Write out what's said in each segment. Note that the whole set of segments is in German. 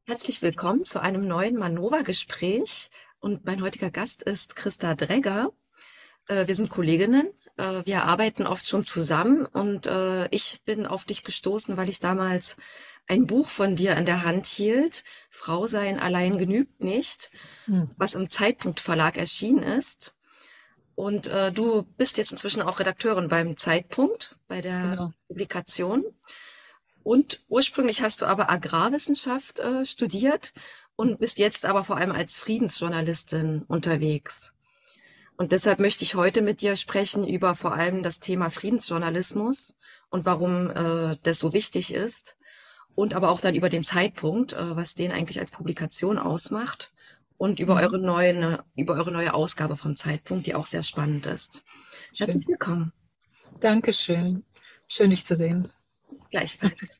Herzlich willkommen zu einem neuen Manova-Gespräch. Und mein heutiger Gast ist Christa Dregger. Wir sind Kolleginnen. Wir arbeiten oft schon zusammen und ich bin auf dich gestoßen, weil ich damals ein Buch von dir in der Hand hielt. Frau sein allein genügt nicht, Hm, was im Zeitpunkt Verlag erschienen ist. Und du bist jetzt inzwischen auch Redakteurin beim Zeitpunkt, bei der genau. Publikation. Und ursprünglich hast du aber Agrarwissenschaft studiert und bist jetzt aber vor allem als Friedensjournalistin unterwegs. Und deshalb möchte ich heute mit dir sprechen über vor allem das Thema Friedensjournalismus und warum das so wichtig ist. Und aber auch dann über den Zeitpunkt, was den eigentlich als Publikation ausmacht. Und Mhm. über eure neue Ausgabe vom Zeitpunkt, die auch sehr spannend ist. Herzlich Schön. willkommen. Dankeschön. Schön, dich zu sehen. Gleichfalls.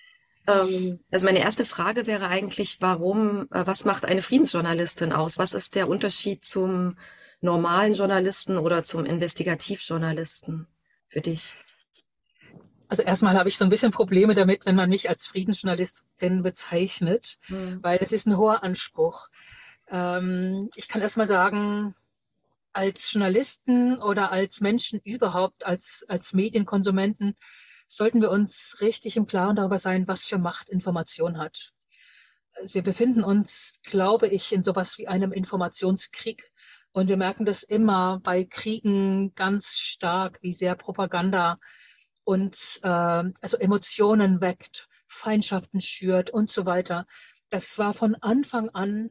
Also meine erste Frage wäre eigentlich, was macht eine Friedensjournalistin aus? Was ist der Unterschied zum normalen Journalisten oder zum Investigativjournalisten für dich? Also erstmal habe ich so ein bisschen Probleme damit, wenn man mich als Friedensjournalistin bezeichnet, Hm. weil es ist ein hoher Anspruch. Ich kann erstmal sagen, als Journalisten oder als Menschen überhaupt, als Medienkonsumenten, sollten wir uns richtig im Klaren darüber sein, was für Macht Information hat. Also wir befinden uns, glaube ich, in sowas wie einem Informationskrieg. Und wir merken das immer bei Kriegen ganz stark, wie sehr Propaganda uns also Emotionen weckt, Feindschaften schürt und so weiter. Das war von Anfang an,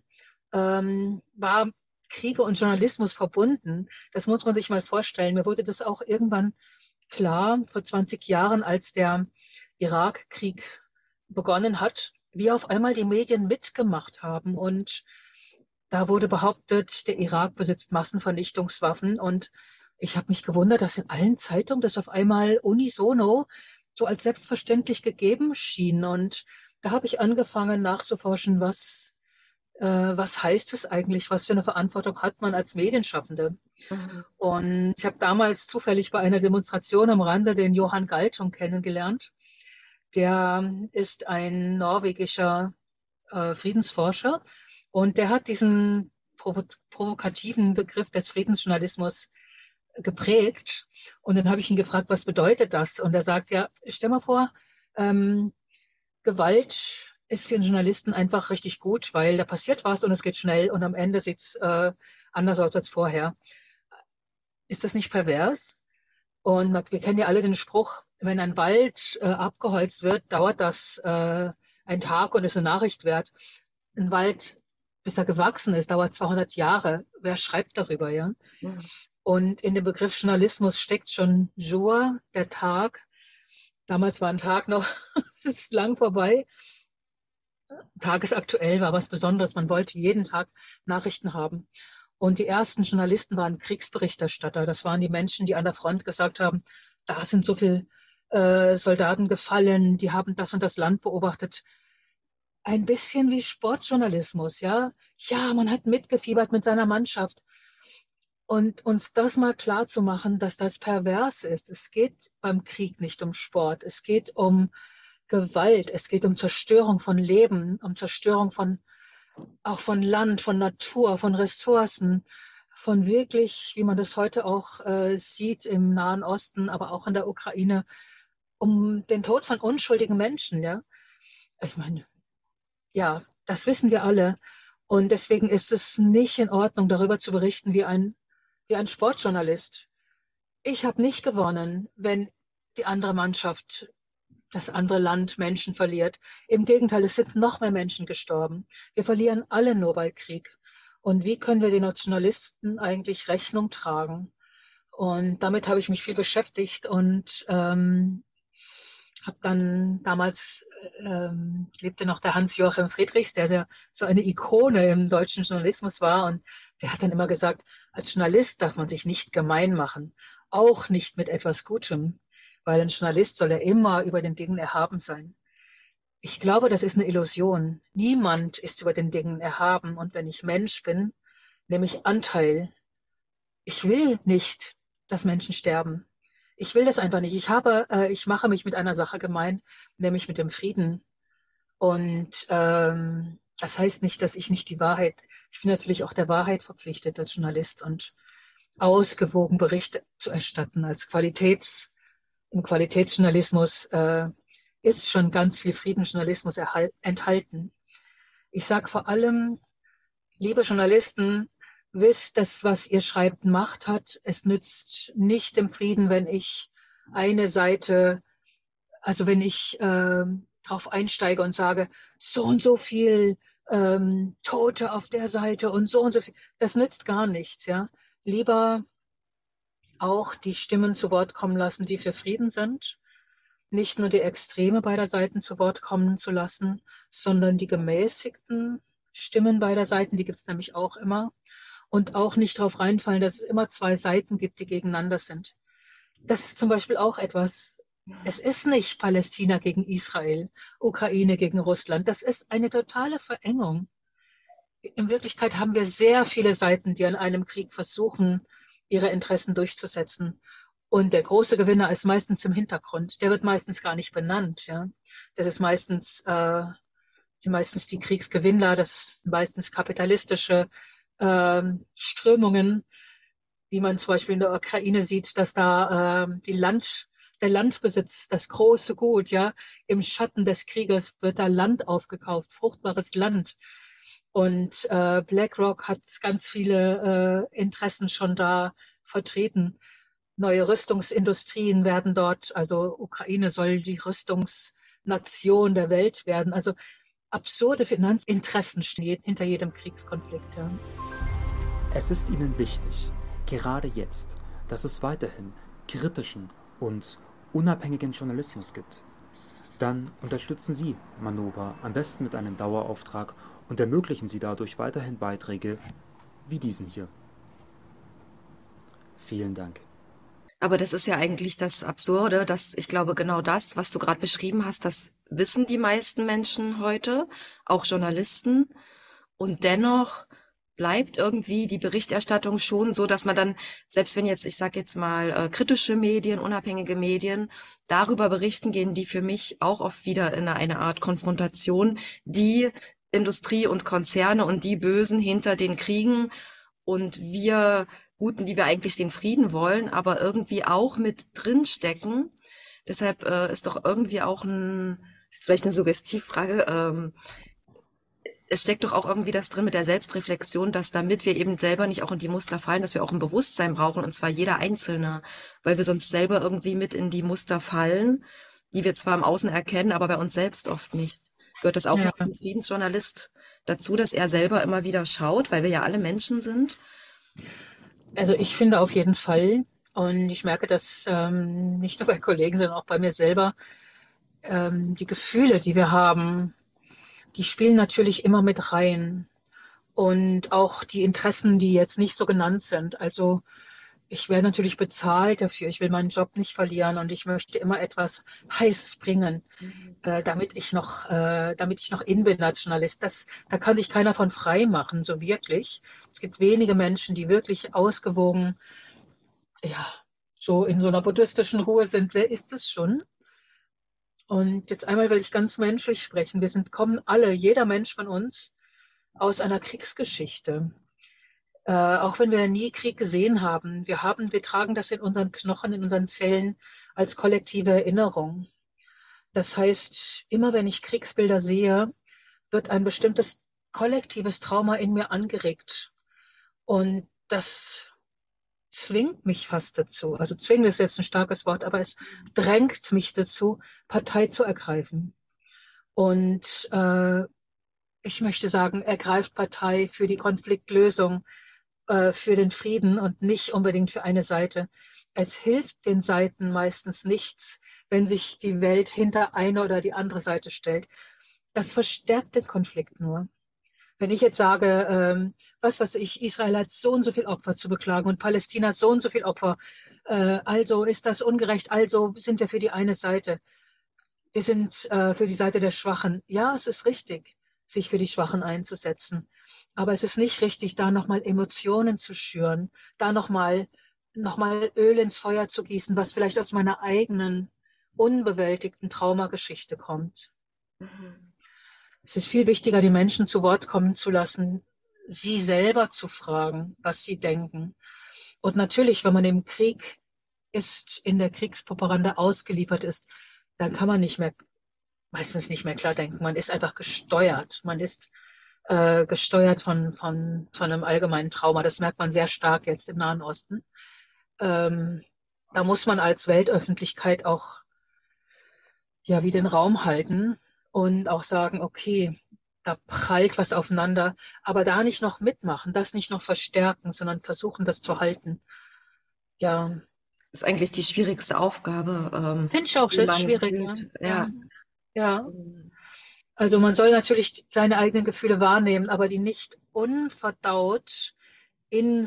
war Kriege und Journalismus verbunden. Das muss man sich mal vorstellen. Mir wurde das auch irgendwann klar vor 20 Jahren, als der Irakkrieg begonnen hat, wie auf einmal die Medien mitgemacht haben. Und da wurde behauptet, der Irak besitzt Massenvernichtungswaffen. Und ich habe mich gewundert, dass in allen Zeitungen das auf einmal unisono so als selbstverständlich gegeben schien. Und da habe ich angefangen nachzuforschen, was heißt es eigentlich? Was für eine Verantwortung hat man als Medienschaffende? Mhm. Und ich habe damals zufällig bei einer Demonstration am Rande den Johan Galtung kennengelernt. Der ist ein norwegischer Friedensforscher und der hat diesen provokativen Begriff des Friedensjournalismus geprägt. Und dann habe ich ihn gefragt, was bedeutet das? Und er sagt, ja, stell mal vor, ähm, Gewalt ist für einen Journalisten einfach richtig gut, weil da passiert was und es geht schnell und am Ende sieht es anders aus als vorher. Ist das nicht pervers? Und wir kennen ja alle den Spruch, wenn ein Wald abgeholzt wird, dauert das einen Tag und ist eine Nachricht wert. Ein Wald, bis er gewachsen ist, dauert 200 Jahre. Wer schreibt darüber, ja? Mhm. Und in dem Begriff Journalismus steckt schon Jour, der Tag. Damals war ein Tag noch, es ist lang vorbei. Tagesaktuell war was Besonderes. Man wollte jeden Tag Nachrichten haben. Und die ersten Journalisten waren Kriegsberichterstatter. Das waren die Menschen, die an der Front gesagt haben, da sind so viele Soldaten gefallen, die haben das und das Land beobachtet. Ein bisschen wie Sportjournalismus, ja. Ja, man hat mitgefiebert mit seiner Mannschaft. Und uns das mal klar zu machen, dass das pervers ist. Es geht beim Krieg nicht um Sport. Es geht um Gewalt. Es geht um Zerstörung von Leben, um Zerstörung von, auch von Land, von Natur, von Ressourcen, von wirklich, wie man das heute auch sieht im Nahen Osten, aber auch in der Ukraine, um den Tod von unschuldigen Menschen, ja. Ich meine, ja, das wissen wir alle. Und deswegen ist es nicht in Ordnung, darüber zu berichten wie ein Sportjournalist. Ich habe nicht gewonnen, wenn die andere Mannschaft, das andere Land Menschen verliert. Im Gegenteil, es sind noch mehr Menschen gestorben. Wir verlieren alle nur bei Krieg. Und wie können wir den Nationalisten eigentlich Rechnung tragen? Und damit habe ich mich viel beschäftigt und habe dann damals lebte noch der Hans-Joachim Friedrichs, der so eine Ikone im deutschen Journalismus war. Und der hat dann immer gesagt, als Journalist darf man sich nicht gemein machen, auch nicht mit etwas Gutem, weil ein Journalist soll ja immer über den Dingen erhaben sein. Ich glaube, das ist eine Illusion. Niemand ist über den Dingen erhaben. Und wenn ich Mensch bin, nehme ich Anteil. Ich will nicht, dass Menschen sterben. Ich will das einfach nicht. Ich mache mich mit einer Sache gemein, nämlich mit dem Frieden. Und Das heißt nicht, dass ich nicht die Wahrheit, ich bin natürlich auch der Wahrheit verpflichtet als Journalist und ausgewogen Berichte zu erstatten. Im Qualitätsjournalismus ist schon ganz viel Friedensjournalismus enthalten. Ich sage vor allem, liebe Journalisten, wisst, dass was ihr schreibt, Macht hat. Es nützt nicht dem Frieden, wenn ich eine Seite, also wenn ich drauf einsteige und sage, so und so viel Tote auf der Seite und so viel. Das nützt gar nichts, ja. Lieber auch die Stimmen zu Wort kommen lassen, die für Frieden sind. Nicht nur die Extreme beider Seiten zu Wort kommen zu lassen, sondern die gemäßigten Stimmen beider Seiten, die gibt es nämlich auch immer. Und auch nicht darauf reinfallen, dass es immer zwei Seiten gibt, die gegeneinander sind. Das ist zum Beispiel auch etwas, es ist nicht Palästina gegen Israel, Ukraine gegen Russland. Das ist eine totale Verengung. In Wirklichkeit haben wir sehr viele Seiten, die an einem Krieg versuchen, ihre Interessen durchzusetzen. Und der große Gewinner ist meistens im Hintergrund. Der wird meistens gar nicht benannt. Ja? Das ist meistens die Kriegsgewinnler, das sind meistens kapitalistische Strömungen, wie man zum Beispiel in der Ukraine sieht, dass da der Landbesitz, das große Gut, ja, im Schatten des Krieges wird da Land aufgekauft, fruchtbares Land. Und BlackRock hat ganz viele Interessen schon da vertreten. Neue Rüstungsindustrien werden dort, also Ukraine soll die Rüstungsnation der Welt werden. Also absurde Finanzinteressen stehen hinter jedem Kriegskonflikt. Ja. Es ist ihnen wichtig, gerade jetzt, dass es weiterhin kritischen und unabhängigen Journalismus gibt. Dann unterstützen Sie Manova am besten mit einem Dauerauftrag und ermöglichen Sie dadurch weiterhin Beiträge wie diesen hier. Vielen Dank. Aber das ist ja eigentlich das Absurde, dass ich glaube, genau das, was du gerade beschrieben hast, das wissen die meisten Menschen heute, auch Journalisten. Und dennoch bleibt irgendwie die Berichterstattung schon so, dass man dann, selbst wenn jetzt, ich sage jetzt mal, kritische Medien, unabhängige Medien darüber berichten, gehen die für mich auch oft wieder in eine Art Konfrontation, die Industrie und Konzerne und die Bösen hinter den Kriegen und wir Guten, die wir eigentlich den Frieden wollen, aber irgendwie auch mit drinstecken. Deshalb ist doch irgendwie auch ist jetzt vielleicht eine Suggestivfrage, es steckt doch auch irgendwie das drin mit der Selbstreflexion, dass damit wir eben selber nicht auch in die Muster fallen, dass wir auch ein Bewusstsein brauchen, und zwar jeder Einzelne, weil wir sonst selber irgendwie mit in die Muster fallen, die wir zwar im Außen erkennen, aber bei uns selbst oft nicht. Gehört das auch Ja. noch zum Friedensjournalist dazu, dass er selber immer wieder schaut, weil wir ja alle Menschen sind? Also ich finde auf jeden Fall, und ich merke das nicht nur bei Kollegen, sondern auch bei mir selber, die Gefühle, die wir haben, die spielen natürlich immer mit rein. Und auch die Interessen, die jetzt nicht so genannt sind. Also ich werde natürlich bezahlt dafür. Ich will meinen Job nicht verlieren und ich möchte immer etwas Heißes bringen, damit ich noch in bin als Journalist. Da kann sich keiner von frei machen, so wirklich. Es gibt wenige Menschen, die wirklich ausgewogen, ja, so in so einer buddhistischen Ruhe sind. Wer ist es schon? Und jetzt einmal will ich ganz menschlich sprechen. Kommen alle, jeder Mensch von uns, aus einer Kriegsgeschichte. Auch wenn wir nie Krieg gesehen haben, wir tragen das in unseren Knochen, in unseren Zellen als kollektive Erinnerung. Das heißt, immer wenn ich Kriegsbilder sehe, wird ein bestimmtes kollektives Trauma in mir angeregt. Und das zwingt mich fast dazu. Also zwingen ist jetzt ein starkes Wort, aber es drängt mich dazu, Partei zu ergreifen. Und ich möchte sagen, ergreift Partei für die Konfliktlösung, für den Frieden und nicht unbedingt für eine Seite. Es hilft den Seiten meistens nichts, wenn sich die Welt hinter eine oder die andere Seite stellt. Das verstärkt den Konflikt nur. Wenn ich jetzt sage, was weiß ich, Israel hat so und so viel Opfer zu beklagen und Palästina hat so und so viel Opfer, also ist das ungerecht, also sind wir für die eine Seite. Wir sind für die Seite der Schwachen. Ja, es ist richtig, sich für die Schwachen einzusetzen. Aber es ist nicht richtig, da nochmal Emotionen zu schüren, da noch mal Öl ins Feuer zu gießen, was vielleicht aus meiner eigenen unbewältigten Traumageschichte kommt. Es ist viel wichtiger, die Menschen zu Wort kommen zu lassen, sie selber zu fragen, was sie denken. Und natürlich, wenn man im Krieg ist, in der Kriegspropaganda ausgeliefert ist, dann kann man meistens nicht mehr klar denken. Man ist einfach gesteuert. Man ist gesteuert von einem allgemeinen Trauma. Das merkt man sehr stark jetzt im Nahen Osten. Da muss man als Weltöffentlichkeit auch ja wie den Raum halten und auch sagen, okay, da prallt was aufeinander, aber da nicht noch mitmachen, das nicht noch verstärken, sondern versuchen, das zu halten. Ja, Ist eigentlich die schwierigste Aufgabe, finde ich auch, die ist man schwierig, ja. fühlt. Ja, Ja. ja. Also man soll natürlich seine eigenen Gefühle wahrnehmen, aber die nicht unverdaut in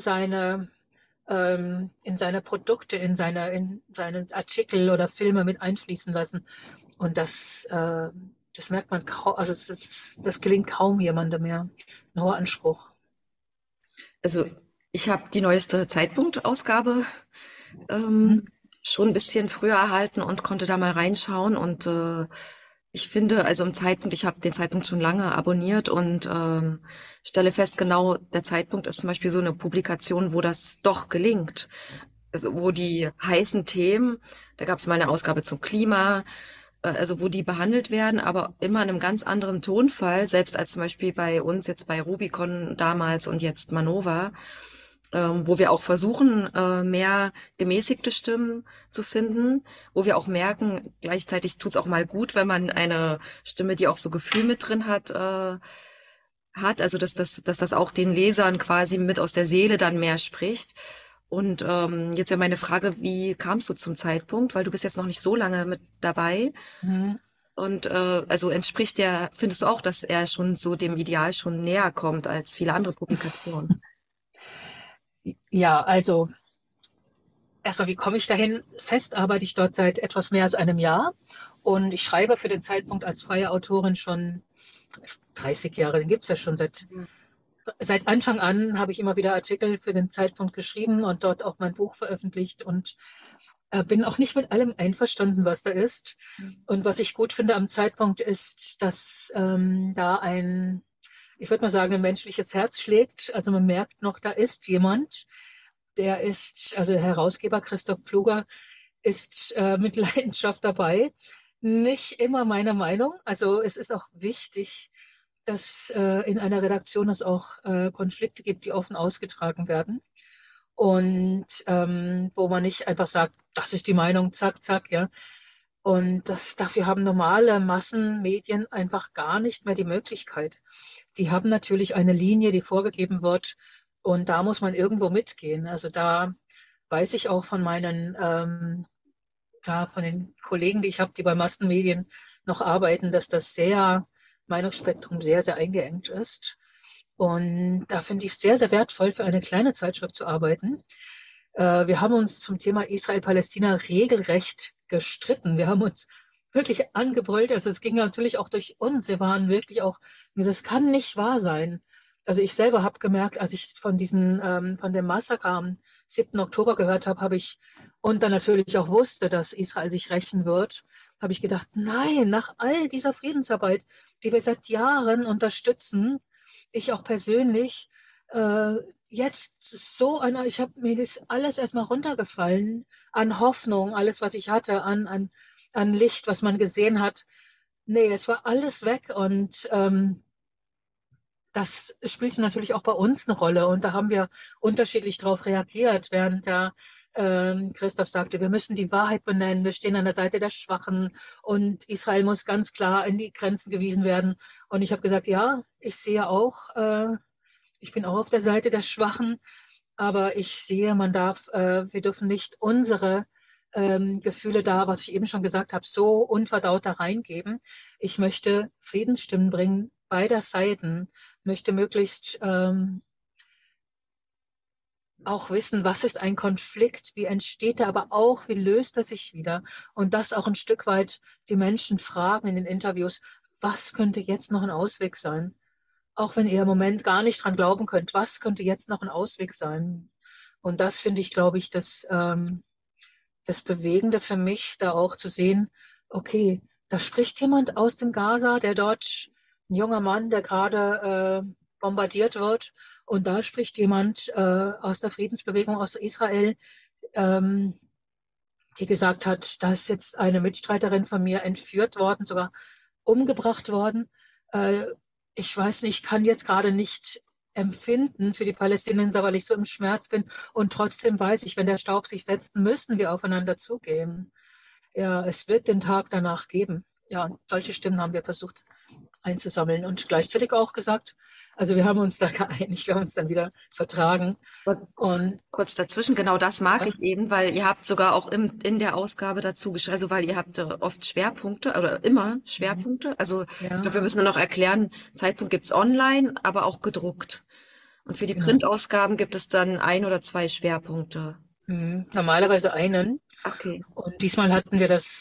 in seine Produkte, in seine Artikel oder Filme mit einfließen lassen. Und das merkt man kaum, also das gelingt kaum jemandem mehr. Ein hoher Anspruch. Also ich habe die neueste Zeitpunkt-Ausgabe Mhm. schon ein bisschen früher erhalten und konnte da mal reinschauen. Und ich finde, also im Zeitpunkt, ich habe den Zeitpunkt schon lange abonniert und stelle fest, genau der Zeitpunkt ist zum Beispiel so eine Publikation, wo das doch gelingt. Also wo die heißen Themen, da gab es mal eine Ausgabe zum Klima, also wo die behandelt werden, aber immer in einem ganz anderen Tonfall, selbst als zum Beispiel bei uns jetzt bei Rubicon damals und jetzt Manova, wo wir auch versuchen, mehr gemäßigte Stimmen zu finden, wo wir auch merken, gleichzeitig tut's auch mal gut, wenn man eine Stimme, die auch so Gefühl mit drin hat, also dass das auch den Lesern quasi mit aus der Seele dann mehr spricht. Und jetzt ja meine Frage, wie kamst du zum Zeitpunkt? Weil du bist jetzt noch nicht so lange mit dabei. Mhm. Und also entspricht der, findest du auch, dass er schon so dem Ideal schon näher kommt als viele andere Publikationen? Ja, also erstmal, wie komme ich dahin? Fest arbeite ich dort seit etwas mehr als einem Jahr und ich schreibe für den Zeitpunkt als freie Autorin schon 30 Jahre, den gibt es ja schon seit Anfang an habe ich immer wieder Artikel für den Zeitpunkt geschrieben und dort auch mein Buch veröffentlicht und bin auch nicht mit allem einverstanden, was da ist. Und was ich gut finde am Zeitpunkt ist, dass da ich würde mal sagen, ein menschliches Herz schlägt. Also man merkt noch, da ist jemand, also der Herausgeber Christoph Pfluger ist mit Leidenschaft dabei. Nicht immer meiner Meinung. Also es ist auch wichtig, dass in einer Redaktion es auch Konflikte gibt, die offen ausgetragen werden. Und wo man nicht einfach sagt, das ist die Meinung, zack, zack, ja. Und dafür haben normale Massenmedien einfach gar nicht mehr die Möglichkeit. Die haben natürlich eine Linie, die vorgegeben wird, und da muss man irgendwo mitgehen. Also da weiß ich auch von den Kollegen, die ich habe, die bei Massenmedien noch arbeiten, dass das Meinungsspektrum sehr, sehr eingeengt ist. Und da finde ich es sehr, sehr wertvoll, für eine kleine Zeitschrift zu arbeiten. Wir haben uns zum Thema Israel-Palästina regelrecht gestritten. Wir haben uns wirklich angebrüllt. Also es ging natürlich auch durch uns. Wir waren wirklich auch, das kann nicht wahr sein. Also ich selber habe gemerkt, als ich von dem Massaker am 7. Oktober gehört habe, und dann natürlich auch wusste, dass Israel sich rächen wird, habe ich gedacht, nein, nach all dieser Friedensarbeit, die wir seit Jahren unterstützen, ich auch persönlich, äh, jetzt ich habe mir das alles erstmal runtergefallen an Hoffnung, alles, was ich hatte, an Licht, was man gesehen hat. Nee, es war alles weg und das spielte natürlich auch bei uns eine Rolle und da haben wir unterschiedlich darauf reagiert, während Christoph sagte, wir müssen die Wahrheit benennen, wir stehen an der Seite der Schwachen und Israel muss ganz klar in die Grenzen gewiesen werden. Und ich habe gesagt, ja, ich sehe auch, ich bin auch auf der Seite der Schwachen, aber ich sehe, wir dürfen nicht unsere Gefühle da, was ich eben schon gesagt habe, so unverdaut da reingeben. Ich möchte Friedensstimmen bringen beider Seiten, möchte möglichst auch wissen, was ist ein Konflikt, wie entsteht er, aber auch, wie löst er sich wieder? Und das auch ein Stück weit die Menschen fragen in den Interviews, was könnte jetzt noch ein Ausweg sein? Auch wenn ihr im Moment gar nicht dran glauben könnt, was könnte jetzt noch ein Ausweg sein? Und das finde ich, glaube ich, das Bewegende für mich, da auch zu sehen, okay, da spricht jemand aus dem Gaza, der dort ein junger Mann, der gerade bombardiert wird. Und da spricht jemand aus der Friedensbewegung aus Israel, ähm, die gesagt hat, da ist jetzt eine Mitstreiterin von mir entführt worden, sogar umgebracht worden. Äh, Ich weiß nicht, ich kann jetzt gerade nicht empfinden für die Palästinenser, weil ich so im Schmerz bin. Und trotzdem weiß ich, wenn der Staub sich setzt, müssen wir aufeinander zugehen. Ja, es wird den Tag danach geben. Ja, und solche Stimmen haben wir versucht einzusammeln und gleichzeitig auch gesagt, also wir haben uns da geeinigt, wir haben uns dann wieder vertragen. Und Kurz dazwischen, genau das mag ja, ich eben, weil ihr habt sogar auch in der Ausgabe dazu geschrieben, also weil ihr habt oft Schwerpunkte oder immer Schwerpunkte. Also ich ja, glaube, wir müssen nur noch erklären, Zeitpunkt gibt's online, aber auch gedruckt. Und für die genau. Printausgaben gibt es dann 1 oder 2 Schwerpunkte. Normalerweise einen. Okay. Und diesmal hatten wir das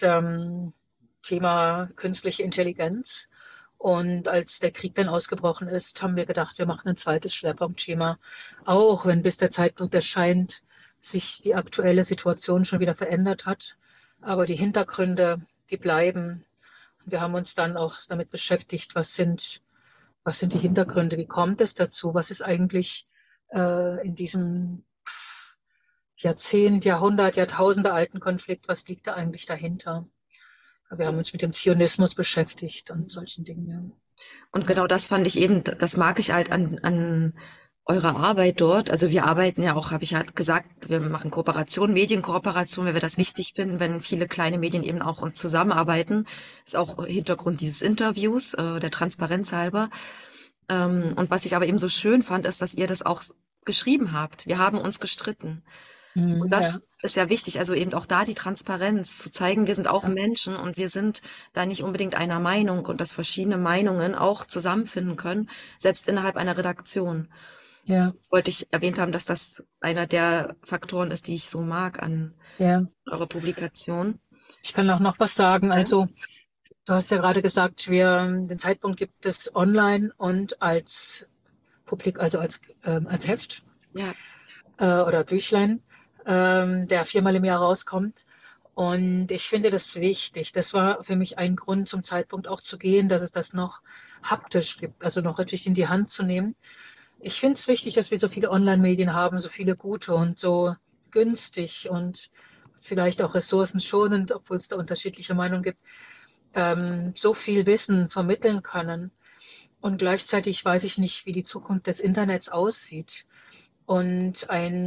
Thema künstliche Intelligenz. Und als der Krieg dann ausgebrochen ist, haben wir gedacht, wir machen ein zweites Schwerpunktthema, auch wenn bis der Zeitpunkt erscheint, sich die aktuelle Situation schon wieder verändert hat. Aber die Hintergründe, die bleiben. Wir haben uns dann auch damit beschäftigt, was sind die Hintergründe, wie kommt es dazu, was ist eigentlich in diesem Jahrzehnt, Jahrhundert, Jahrtausende alten Konflikt, was liegt da eigentlich dahinter? Wir haben uns mit dem Zionismus beschäftigt und solchen Dingen. Und genau das fand ich eben, das mag ich halt an eurer Arbeit dort. Also wir arbeiten ja auch, habe ich halt gesagt, wir machen Kooperation, Medienkooperation, weil wir das wichtig finden, wenn viele kleine Medien eben auch zusammenarbeiten. Ist auch Hintergrund dieses Interviews, der Transparenz halber. Und was ich aber eben so schön fand, ist, dass ihr das auch geschrieben habt. Wir haben uns gestritten. Und Ja, das ist ja wichtig, also eben auch da die Transparenz zu zeigen, wir sind auch ja, Menschen und wir sind da nicht unbedingt einer Meinung und dass verschiedene Meinungen auch zusammenfinden können, selbst innerhalb einer Redaktion. ja, Das wollte ich erwähnt haben, dass das einer der Faktoren ist, die ich so mag an ja. eurer Publikation. Ich kann auch noch was sagen. Ja. Also, du hast ja gerade gesagt, den Zeitpunkt gibt es online und als Publik, also als Heft Ja. oder Büchlein, der 4-mal im Jahr rauskommt. Und ich finde das wichtig. Das war für mich ein Grund zum Zeitpunkt auch zu gehen, dass es das noch haptisch gibt, also noch wirklich in die Hand zu nehmen. Ich finde es wichtig, dass wir so viele Online-Medien haben, so viele gute und so günstig und vielleicht auch ressourcenschonend, obwohl es da unterschiedliche Meinungen gibt, so viel Wissen vermitteln können. Und gleichzeitig weiß ich nicht, wie die Zukunft des Internets aussieht. Und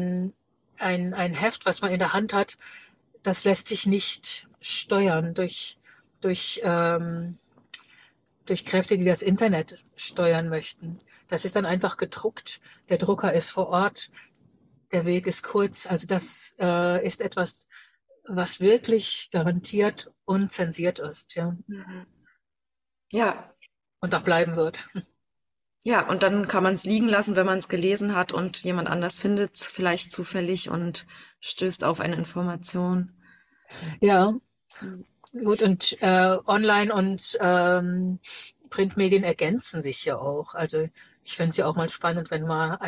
ein Heft, was man in der Hand hat, das lässt sich nicht steuern durch, ähm, durch Kräfte, die das Internet steuern möchten. Das ist dann einfach gedruckt. Der Drucker ist vor Ort. Der Weg ist kurz. Also das ist etwas, was wirklich garantiert unzensiert ist, ja. Mhm. Ja. Und auch bleiben wird. Ja, und dann kann man es liegen lassen, wenn man es gelesen hat und jemand anders findet es vielleicht zufällig und stößt auf eine Information. Ja, Mhm. gut. Und Online- und Printmedien ergänzen sich ja auch. Also ich fände es ja auch mal spannend, wenn mal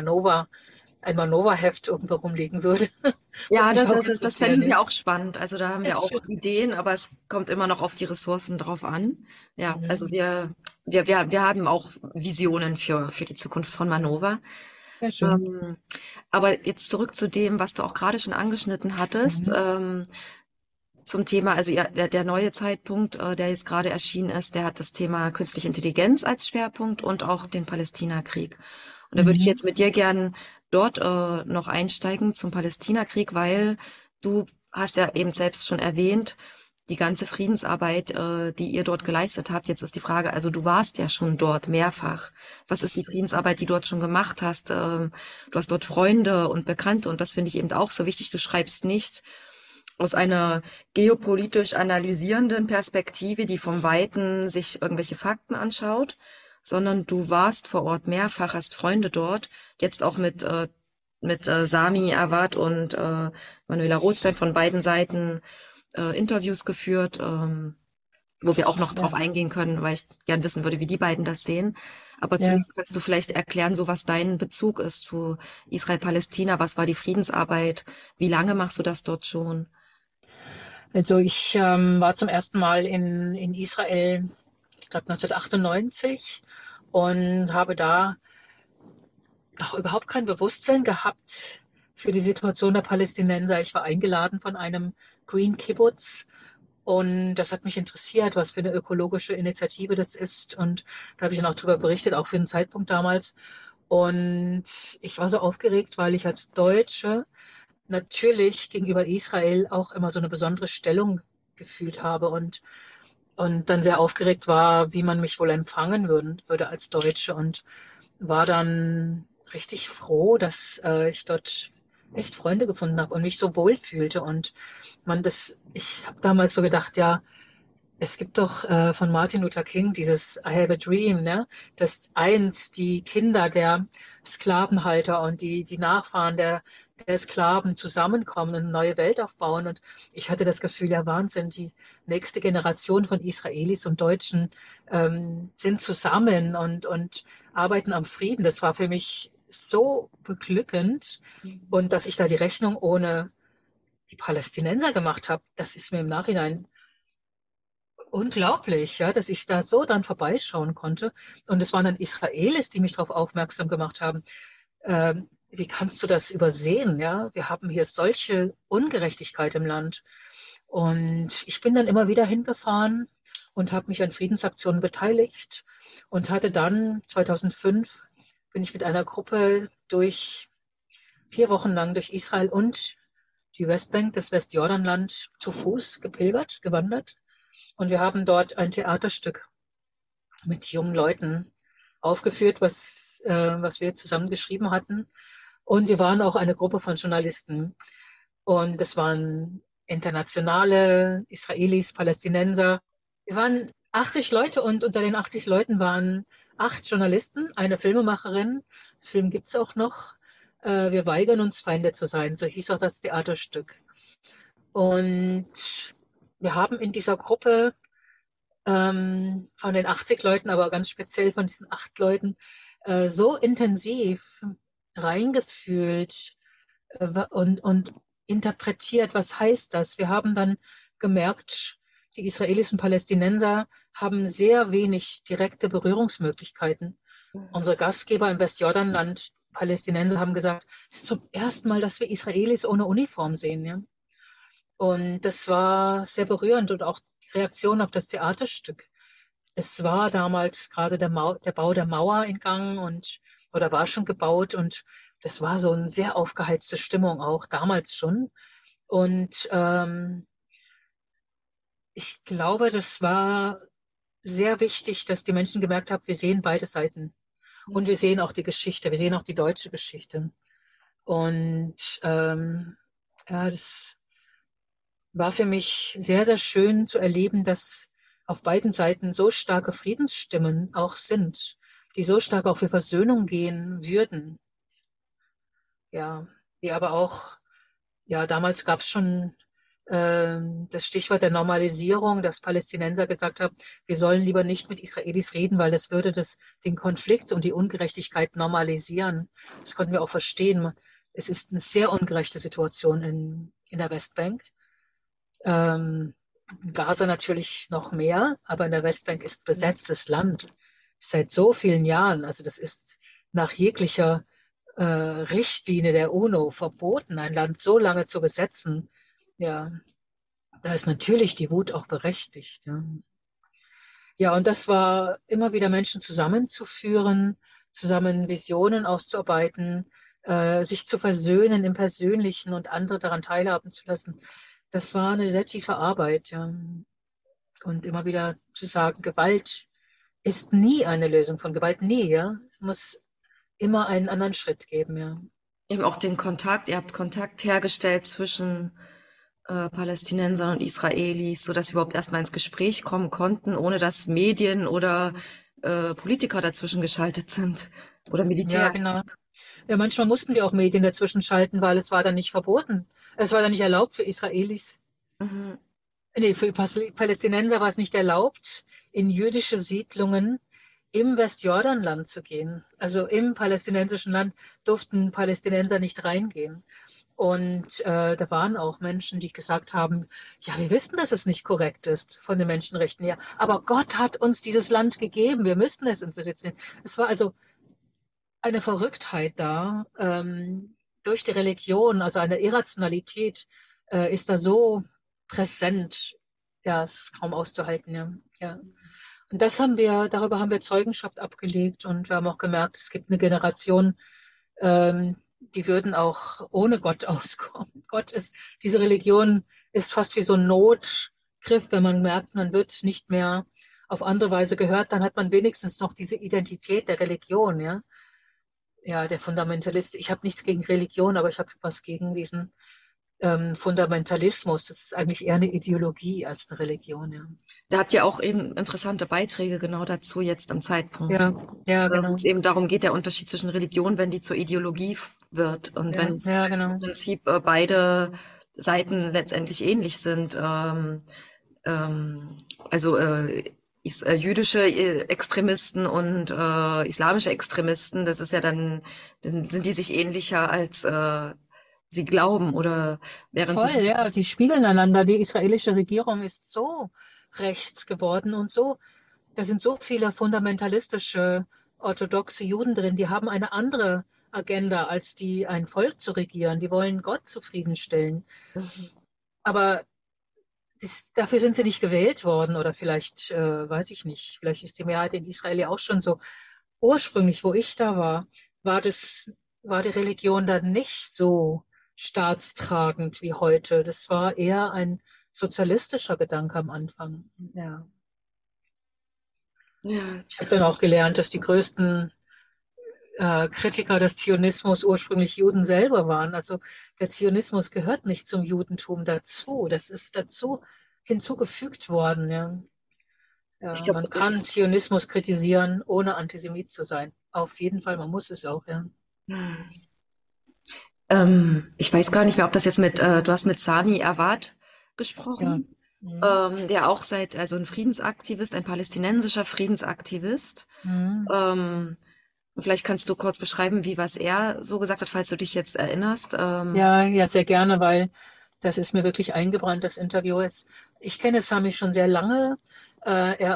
ein Manova-Heft irgendwo rumliegen würde. Würde Ja, mich auch das interessieren, fänden ja. wir auch spannend. Also da haben Ja, wir auch schön. Ideen, aber es kommt immer noch auf die Ressourcen drauf an. Ja, also Mhm. wir haben auch Visionen für die Zukunft von Manova. Ja, schön. Ähm, aber jetzt zurück zu dem, was du auch gerade schon angeschnitten hattest, Mhm. zum Thema, also ja, der neue Zeitpunkt, der jetzt gerade erschienen ist, der hat das Thema künstliche Intelligenz als Schwerpunkt und auch den Palästinakrieg. Und da würde ich Mhm. jetzt mit dir gern dort noch einsteigen zum Palästinakrieg, weil du hast ja eben selbst schon erwähnt, die ganze Friedensarbeit, die ihr dort geleistet habt. Jetzt ist die Frage, also du warst ja schon dort mehrfach. Was ist die Friedensarbeit, die du dort schon gemacht hast? Du hast dort Freunde und Bekannte und das finde ich eben auch so wichtig. Du schreibst nicht aus einer geopolitisch analysierenden Perspektive, die vom Weiten sich irgendwelche Fakten anschaut, sondern du warst vor Ort mehrfach, hast Freunde dort, jetzt auch mit Sami Awad und Manuela Rothstein von beiden Seiten Interviews geführt, wo wir auch noch drauf Ja, eingehen können, weil ich gern wissen würde, wie die beiden das sehen. Aber ja. zunächst kannst du vielleicht erklären, so was dein Bezug ist zu Israel-Palästina. Was war die Friedensarbeit? Wie lange machst du das dort schon? Also ich war zum ersten Mal in Israel glaube 1998, und habe da noch überhaupt kein Bewusstsein gehabt für die Situation der Palästinenser. Ich war eingeladen von einem Green Kibbutz, und das hat mich interessiert, was für eine ökologische Initiative das ist. Und da habe ich dann auch darüber berichtet, auch für den Zeitpunkt damals. Und ich war so aufgeregt, weil ich als Deutsche natürlich gegenüber Israel auch immer so eine besondere Stellung gefühlt habe, und dann sehr aufgeregt war, wie man mich wohl empfangen würde als Deutsche, und war dann richtig froh, dass ich dort echt Freunde gefunden habe und mich so wohl fühlte. Und ich habe damals so gedacht, ja, es gibt doch von Martin Luther King dieses I have a dream, ne? Dass einst die Kinder der Sklavenhalter und die Nachfahren der Sklaven zusammenkommen und eine neue Welt aufbauen. Und ich hatte das Gefühl, ja, Wahnsinn, die nächste Generation von Israelis und Deutschen sind zusammen und arbeiten am Frieden. Das war für mich so beglückend. Und dass ich da die Rechnung ohne die Palästinenser gemacht habe, das ist mir im Nachhinein unglaublich, ja, dass ich da so dran vorbeischauen konnte. Und es waren dann Israelis, die mich darauf aufmerksam gemacht haben. Wie kannst du das übersehen? Ja, wir haben hier solche Ungerechtigkeit im Land. Und ich bin dann immer wieder hingefahren und habe mich an Friedensaktionen beteiligt und hatte dann 2005 bin ich mit einer Gruppe 4 Wochen lang durch Israel und die Westbank, das Westjordanland, zu Fuß gewandert. Und wir haben dort ein Theaterstück mit jungen Leuten aufgeführt, was wir zusammen geschrieben hatten. Und wir waren auch eine Gruppe von Journalisten. Und das waren internationale Israelis, Palästinenser. Wir waren 80 Leute, und unter den 80 Leuten waren 8 Journalisten, eine Filmemacherin. Den Film gibt es auch noch. Wir weigern uns, Feinde zu sein. So hieß auch das Theaterstück. Und wir haben in dieser Gruppe von den 80 Leuten, aber ganz speziell von diesen 8 Leuten, so intensiv reingefühlt und interpretiert, was heißt das? Wir haben dann gemerkt, die Israelis und Palästinenser haben sehr wenig direkte Berührungsmöglichkeiten. Unsere Gastgeber im Westjordanland, Palästinenser, haben gesagt, es ist zum ersten Mal, dass wir Israelis ohne Uniform sehen. Ja? Und das war sehr berührend, und auch die Reaktion auf das Theaterstück. Es war damals gerade der Bau der Mauer in Gang oder war schon gebaut, und das war so eine sehr aufgeheizte Stimmung auch damals schon. Und ich glaube, das war sehr wichtig, dass die Menschen gemerkt haben, wir sehen beide Seiten. Und wir sehen auch die Geschichte, wir sehen auch die deutsche Geschichte. Und ja, das war für mich sehr, sehr schön zu erleben, dass auf beiden Seiten so starke Friedensstimmen auch sind, die so stark auch für Versöhnung gehen würden. Ja, die aber auch, ja, damals gab es schon das Stichwort der Normalisierung, dass Palästinenser gesagt haben, wir sollen lieber nicht mit Israelis reden, weil das würde den Konflikt und die Ungerechtigkeit normalisieren. Das konnten wir auch verstehen. Es ist eine sehr ungerechte Situation in der Westbank. In Gaza natürlich noch mehr, aber in der Westbank ist besetztes Land seit so vielen Jahren. Also das ist nach jeglicher Richtlinie der UNO verboten, ein Land so lange zu besetzen. Ja, da ist natürlich die Wut auch berechtigt. Ja, ja, und das war immer wieder Menschen zusammenzuführen, zusammen Visionen auszuarbeiten, sich zu versöhnen im Persönlichen und andere daran teilhaben zu lassen. Das war eine sehr tiefe Arbeit. Ja. Und immer wieder zu sagen, Gewalt ist nie eine Lösung von Gewalt, nie. Ja. Es muss immer einen anderen Schritt geben. Ja. Eben auch ihr habt Kontakt hergestellt zwischen Palästinensern und Israelis, sodass sie überhaupt erstmal ins Gespräch kommen konnten, ohne dass Medien oder Politiker dazwischen geschaltet sind oder Militär. Ja, genau. Ja, manchmal mussten wir auch Medien dazwischen schalten, weil es war dann nicht verboten. Es war dann nicht erlaubt für Israelis. Mhm. Nee, für Palästinenser war es nicht erlaubt, in jüdische Siedlungen im Westjordanland zu gehen. Also im palästinensischen Land durften Palästinenser nicht reingehen. Und da waren auch Menschen, die gesagt haben, ja, wir wissen, dass es nicht korrekt ist von den Menschenrechten her, aber Gott hat uns dieses Land gegeben, wir müssen es in Besitz nehmen. Es war also eine Verrücktheit da, durch die Religion, also eine Irrationalität ist da so präsent, ja, es ist kaum auszuhalten, ja. Ja. Und darüber haben wir Zeugenschaft abgelegt und wir haben auch gemerkt, es gibt eine Generation, die würden auch ohne Gott auskommen. Diese Religion ist fast wie so ein Notgriff, wenn man merkt, man wird nicht mehr auf andere Weise gehört, dann hat man wenigstens noch diese Identität der Religion, ja. Ja, der Fundamentalist. Ich habe nichts gegen Religion, aber ich habe was gegen diesen Fundamentalismus. Das ist eigentlich eher eine Ideologie als eine Religion, ja. Da habt ihr auch eben interessante Beiträge genau dazu jetzt am Zeitpunkt, Ja, ja, wo genau. es eben darum geht, der Unterschied zwischen Religion, wenn die zur Ideologie wird und Ja, wenn es ja, genau. im Prinzip beide Seiten letztendlich ähnlich sind. Also jüdische Extremisten und islamische Extremisten, das ist ja dann sind die sich ähnlicher als sie glauben oder während Voll, ja, die spiegeln einander. Die israelische Regierung ist so rechts geworden und so, da sind so viele fundamentalistische, orthodoxe Juden drin, die haben eine andere Agenda, als ein Volk zu regieren. Die wollen Gott zufriedenstellen. Aber dafür sind sie nicht gewählt worden oder vielleicht, weiß ich nicht, vielleicht ist die Mehrheit in Israel ja auch schon so. Ursprünglich, wo ich da war die Religion dann nicht so staatstragend wie heute. Das war eher ein sozialistischer Gedanke am Anfang. Ja. ja, Ich habe dann auch gelernt, dass die größten Kritiker des Zionismus ursprünglich Juden selber waren. Also der Zionismus gehört nicht zum Judentum dazu. Das ist dazu hinzugefügt worden. Ja. ich Ja, glaube, man kann Zionismus kritisieren, ohne Antisemit zu sein. Auf jeden Fall, man muss es auch, ja. ich weiß gar nicht mehr, ob das jetzt du hast mit Sami Awad Ja. gesprochen, Mhm. der auch also ein Friedensaktivist, ein palästinensischer Friedensaktivist. Mhm. Vielleicht kannst du kurz beschreiben, was er so gesagt hat, falls du dich jetzt erinnerst. Ja, ja, sehr gerne, weil das ist mir wirklich eingebrannt, das Interview ist. Ich kenne Sami schon sehr lange. Er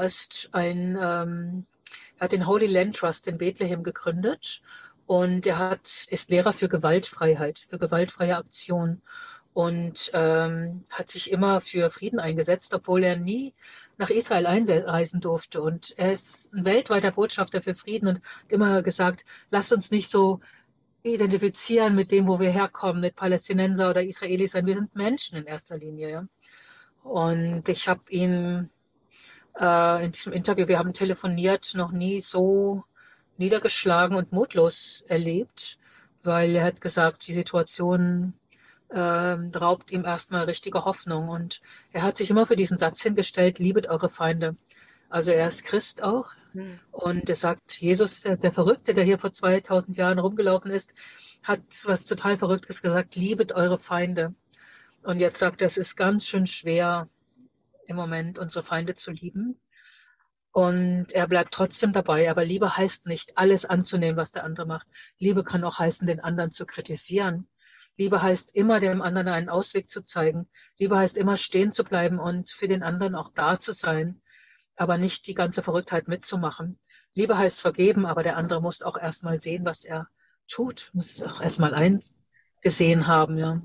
hat den Holy Land Trust in Bethlehem gegründet und ist Lehrer für Gewaltfreiheit, für gewaltfreie Aktion und hat sich immer für Frieden eingesetzt, obwohl er nie nach Israel einreisen durfte. Und er ist ein weltweiter Botschafter für Frieden und hat immer gesagt, lasst uns nicht so identifizieren mit dem, wo wir herkommen, mit Palästinenser oder Israelis sein. Wir sind Menschen in erster Linie. Ja? Und ich habe ihn in diesem Interview, wir haben telefoniert, noch nie so niedergeschlagen und mutlos erlebt, weil er hat gesagt, die Situation raubt ihm erstmal richtige Hoffnung. Und er hat sich immer für diesen Satz hingestellt, liebet eure Feinde. Also er ist Christ auch. Und er sagt, Jesus, der Verrückte, der hier vor 2000 Jahren rumgelaufen ist, hat was total Verrücktes gesagt, liebet eure Feinde. Und jetzt sagt er, es ist ganz schön schwer im Moment, unsere Feinde zu lieben. Und er bleibt trotzdem dabei. Aber Liebe heißt nicht, alles anzunehmen, was der andere macht. Liebe kann auch heißen, den anderen zu kritisieren. Liebe heißt immer, dem anderen einen Ausweg zu zeigen. Liebe heißt immer, stehen zu bleiben und für den anderen auch da zu sein, aber nicht die ganze Verrücktheit mitzumachen. Liebe heißt vergeben, aber der andere muss auch erstmal sehen, was er tut, muss auch erstmal eingesehen haben, ja.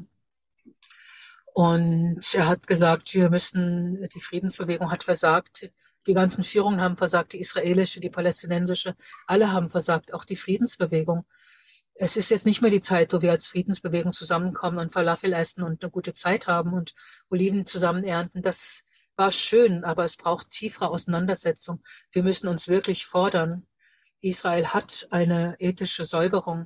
Und er hat gesagt, die Friedensbewegung hat versagt, die ganzen Führungen haben versagt, die israelische, die palästinensische, alle haben versagt, auch die Friedensbewegung. Es ist jetzt nicht mehr die Zeit, wo wir als Friedensbewegung zusammenkommen und Falafel essen und eine gute Zeit haben und Oliven zusammen ernten. Das war schön, aber es braucht tiefere Auseinandersetzung. Wir müssen uns wirklich fordern. Israel hat eine ethische Säuberung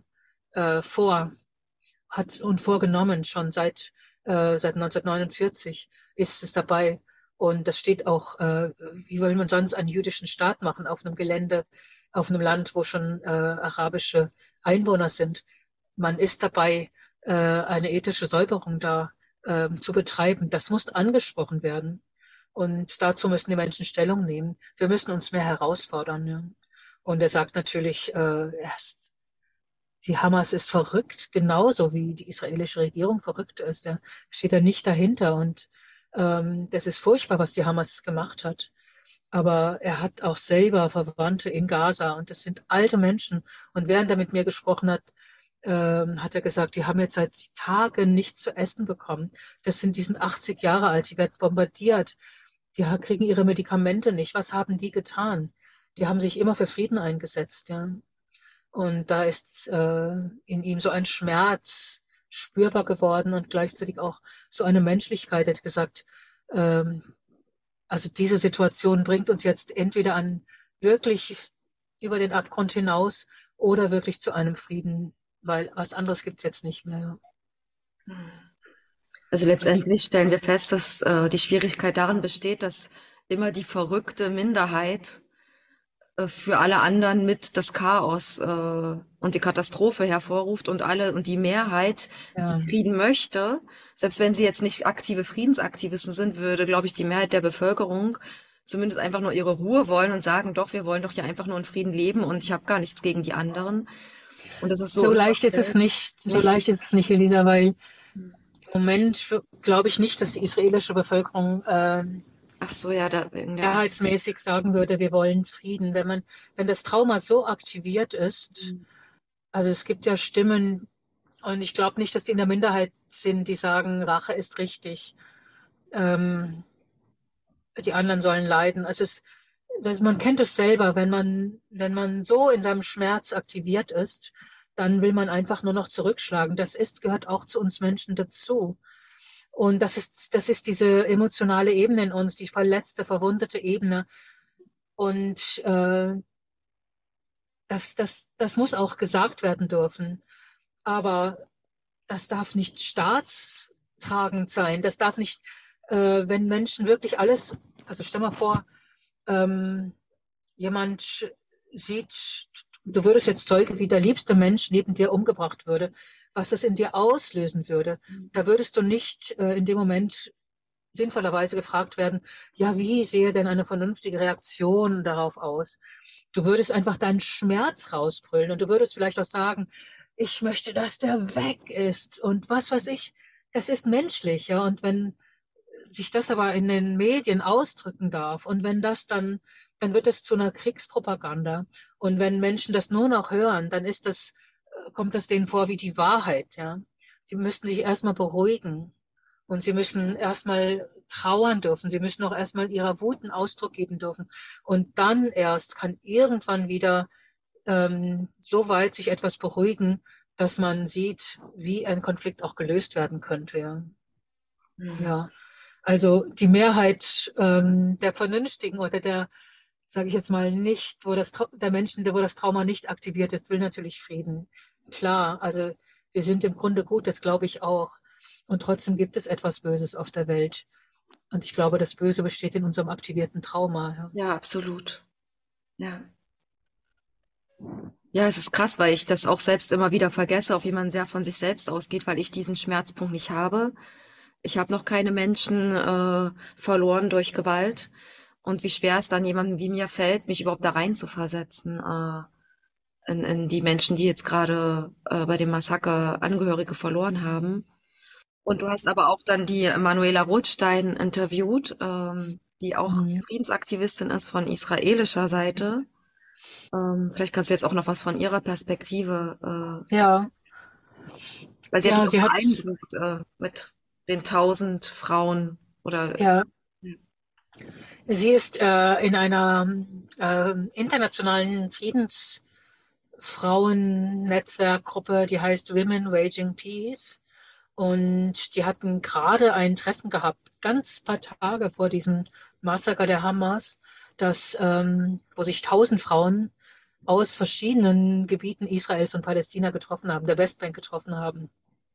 vorgenommen, schon seit 1949 ist es dabei. Und das steht auch, wie will man sonst einen jüdischen Staat machen auf einem Gelände, auf einem Land, wo schon arabische Einwohner sind. Man ist dabei, eine ethische Säuberung da zu betreiben. Das muss angesprochen werden. Und dazu müssen die Menschen Stellung nehmen. Wir müssen uns mehr herausfordern. Ja. Und er sagt natürlich, die Hamas ist verrückt, genauso wie die israelische Regierung verrückt ist. Der steht da nicht dahinter. Und das ist furchtbar, was die Hamas gemacht hat. Aber er hat auch selber Verwandte in Gaza und das sind alte Menschen. Und während er mit mir gesprochen hat, hat er gesagt, die haben jetzt seit Tagen nichts zu essen bekommen. Die sind 80 Jahre alt, die werden bombardiert. Die kriegen ihre Medikamente nicht. Was haben die getan? Die haben sich immer für Frieden eingesetzt, ja. Und da ist in ihm so ein Schmerz spürbar geworden und gleichzeitig auch so eine Menschlichkeit. Er hat gesagt, also diese Situation bringt uns jetzt entweder an wirklich über den Abgrund hinaus oder wirklich zu einem Frieden, weil was anderes gibt es jetzt nicht mehr. Also letztendlich stellen wir fest, dass die Schwierigkeit darin besteht, dass immer die verrückte Minderheit für alle anderen mit das Chaos und die Katastrophe hervorruft und die Mehrheit, Ja. die Frieden möchte, selbst wenn sie jetzt nicht aktive Friedensaktivisten sind, würde, glaube ich, die Mehrheit der Bevölkerung zumindest einfach nur ihre Ruhe wollen und sagen, doch, wir wollen doch hier einfach nur in Frieden leben und ich habe gar nichts gegen die anderen. Und das ist so leicht ist es nicht, so leicht ist es nicht, Elisa, weil im Moment glaube ich nicht, dass die israelische Bevölkerung Ach so, ja, mehrheitsmäßig sagen würde, wir wollen Frieden. Wenn das Trauma so aktiviert ist, also es gibt ja Stimmen, und ich glaube nicht, dass die in der Minderheit sind, die sagen, Rache ist richtig. Die anderen sollen leiden. Also man kennt es selber, wenn man so in seinem Schmerz aktiviert ist, dann will man einfach nur noch zurückschlagen. Gehört auch zu uns Menschen dazu. Und das ist diese emotionale Ebene in uns, die verletzte, verwundete Ebene. Und das muss auch gesagt werden dürfen. Aber das darf nicht staatstragend sein. Das darf nicht, wenn Menschen wirklich alles, also stell mal vor, jemand sieht, du würdest jetzt Zeuge, wie der liebste Mensch neben dir umgebracht würde, was das in dir auslösen würde. Da würdest du nicht in dem Moment sinnvollerweise gefragt werden, ja, wie sehe denn eine vernünftige Reaktion darauf aus? Du würdest einfach deinen Schmerz rausbrüllen und du würdest vielleicht auch sagen, ich möchte, dass der weg ist und was weiß ich. Das ist menschlich, ja. Und wenn sich das aber in den Medien ausdrücken darf und wenn das dann wird es zu einer Kriegspropaganda. Und wenn Menschen das nur noch hören, dann kommt das denen vor wie die Wahrheit, ja. Sie müssten sich erstmal beruhigen und sie müssen erstmal trauern dürfen. Sie müssen auch erstmal ihrer Wut einen Ausdruck geben dürfen. Und dann erst kann irgendwann wieder so weit sich etwas beruhigen, dass man sieht, wie ein Konflikt auch gelöst werden könnte, ja. Ja. Also die Mehrheit der Vernünftigen oder der, sage ich jetzt mal, nicht, der Menschen, wo das Trauma nicht aktiviert ist, will natürlich Frieden. Klar, also wir sind im Grunde gut, das glaube ich auch. Und trotzdem gibt es etwas Böses auf der Welt. Und ich glaube, das Böse besteht in unserem aktivierten Trauma. Ja, ja, absolut. Ja. Ja, es ist krass, weil ich das auch selbst immer wieder vergesse, auch wie man sehr von sich selbst ausgeht, weil ich diesen Schmerzpunkt nicht habe. Ich habe noch keine Menschen verloren durch Gewalt. Und wie schwer es dann jemandem wie mir fällt, mich überhaupt da rein zu versetzen, in die Menschen, die jetzt gerade bei dem Massaker Angehörige verloren haben. Und du hast aber auch dann die Manuela Rothstein interviewt, die auch Friedensaktivistin ist von israelischer Seite. Vielleicht kannst du jetzt auch noch was von ihrer Perspektive. ja. Weil sie Ja, hat dich auch beeindruckt mit den 1000 Frauen oder. Ja. Sie ist in einer internationalen Friedensfrauen-Netzwerkgruppe, die heißt Women Waging Peace. Und die hatten gerade ein Treffen gehabt, ganz paar Tage vor diesem Massaker der Hamas, wo sich 1000 Frauen aus verschiedenen Gebieten Israels und Palästina getroffen haben, der Westbank getroffen haben.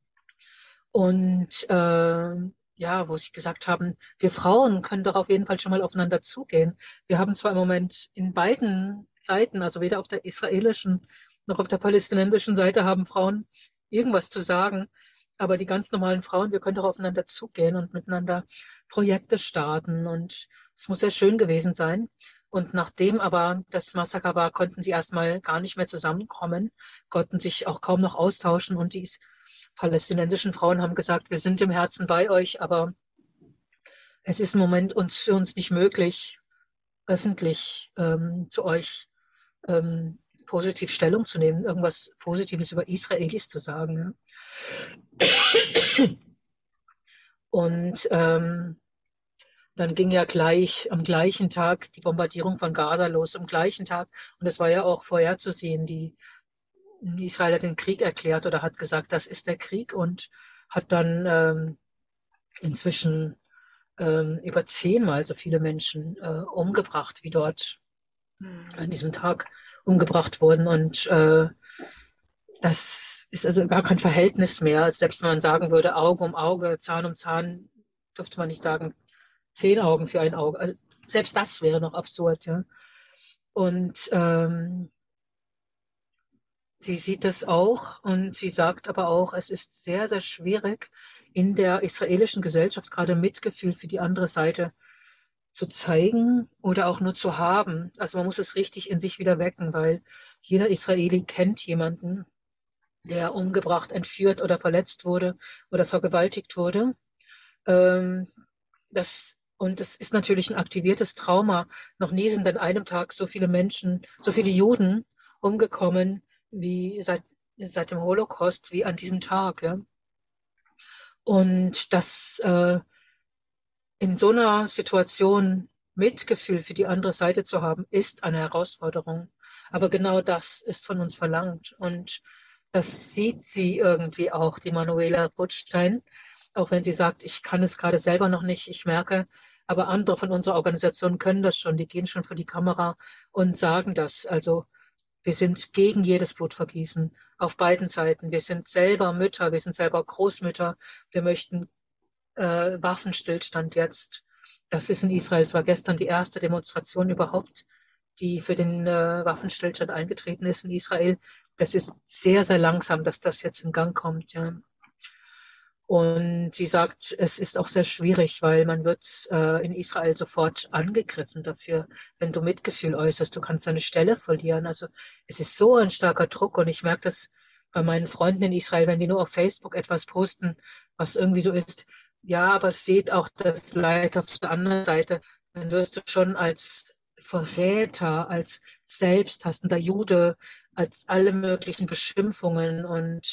Und wo sie gesagt haben, wir Frauen können doch auf jeden Fall schon mal aufeinander zugehen. Wir haben zwar im Moment in beiden Seiten, also weder auf der israelischen noch auf der palästinensischen Seite haben Frauen irgendwas zu sagen, aber die ganz normalen Frauen, wir können doch aufeinander zugehen und miteinander Projekte starten und es muss sehr schön gewesen sein. Und nachdem aber das Massaker war, konnten sie erstmal gar nicht mehr zusammenkommen, konnten sich auch kaum noch austauschen. Und die palästinensischen Frauen haben gesagt, wir sind im Herzen bei euch, aber es ist im Moment für uns nicht möglich, öffentlich zu euch positiv Stellung zu nehmen, irgendwas Positives über Israelis zu sagen. Ja. Und dann ging ja gleich am gleichen Tag die Bombardierung von Gaza los, am gleichen Tag. Und es war ja auch vorherzusehen. Israel hat den Krieg erklärt oder hat gesagt, das ist der Krieg, und hat dann inzwischen über 10-mal so viele Menschen umgebracht, wie dort an diesem Tag umgebracht wurden. Und das ist also gar kein Verhältnis mehr. Also selbst wenn man sagen würde, Auge um Auge, Zahn um Zahn, dürfte man nicht sagen, 10 Augen für ein Auge. Also selbst das wäre noch absurd, ja. Und sie sieht das auch, und sie sagt aber auch, es ist sehr, sehr schwierig, in der israelischen Gesellschaft gerade Mitgefühl für die andere Seite zu zeigen oder auch nur zu haben. Also man muss es richtig in sich wieder wecken, weil jeder Israeli kennt jemanden, der umgebracht, entführt oder verletzt wurde oder vergewaltigt wurde. Und es ist natürlich ein aktiviertes Trauma. Noch nie sind an einem Tag so viele Menschen, so viele Juden umgekommen wie seit dem Holocaust, wie an diesem Tag. Ja? Und das in so einer Situation Mitgefühl für die andere Seite zu haben, ist eine Herausforderung. Aber genau das ist von uns verlangt. Und das sieht sie irgendwie auch, die Manuela Rutstein, auch wenn sie sagt, ich kann es gerade selber noch nicht, ich merke, aber andere von unserer Organisation können das schon, die gehen schon vor die Kamera und sagen das. Also wir sind gegen jedes Blutvergießen auf beiden Seiten. Wir sind selber Mütter, wir sind selber Großmütter. Wir möchten Waffenstillstand jetzt. Das ist in Israel. Es war gestern die erste Demonstration überhaupt, die für den Waffenstillstand eingetreten ist in Israel. Das ist sehr, sehr langsam, dass das jetzt in Gang kommt. Ja. Und sie sagt, es ist auch sehr schwierig, weil man wird in Israel sofort angegriffen dafür, wenn du Mitgefühl äußerst. Du kannst deine Stelle verlieren. Also es ist so ein starker Druck, und ich merke das bei meinen Freunden in Israel, wenn die nur auf Facebook etwas posten, was irgendwie so ist, ja, aber seht auch das Leid auf der anderen Seite, dann wirst du schon als Verräter, als selbsthassender Jude, als alle möglichen Beschimpfungen und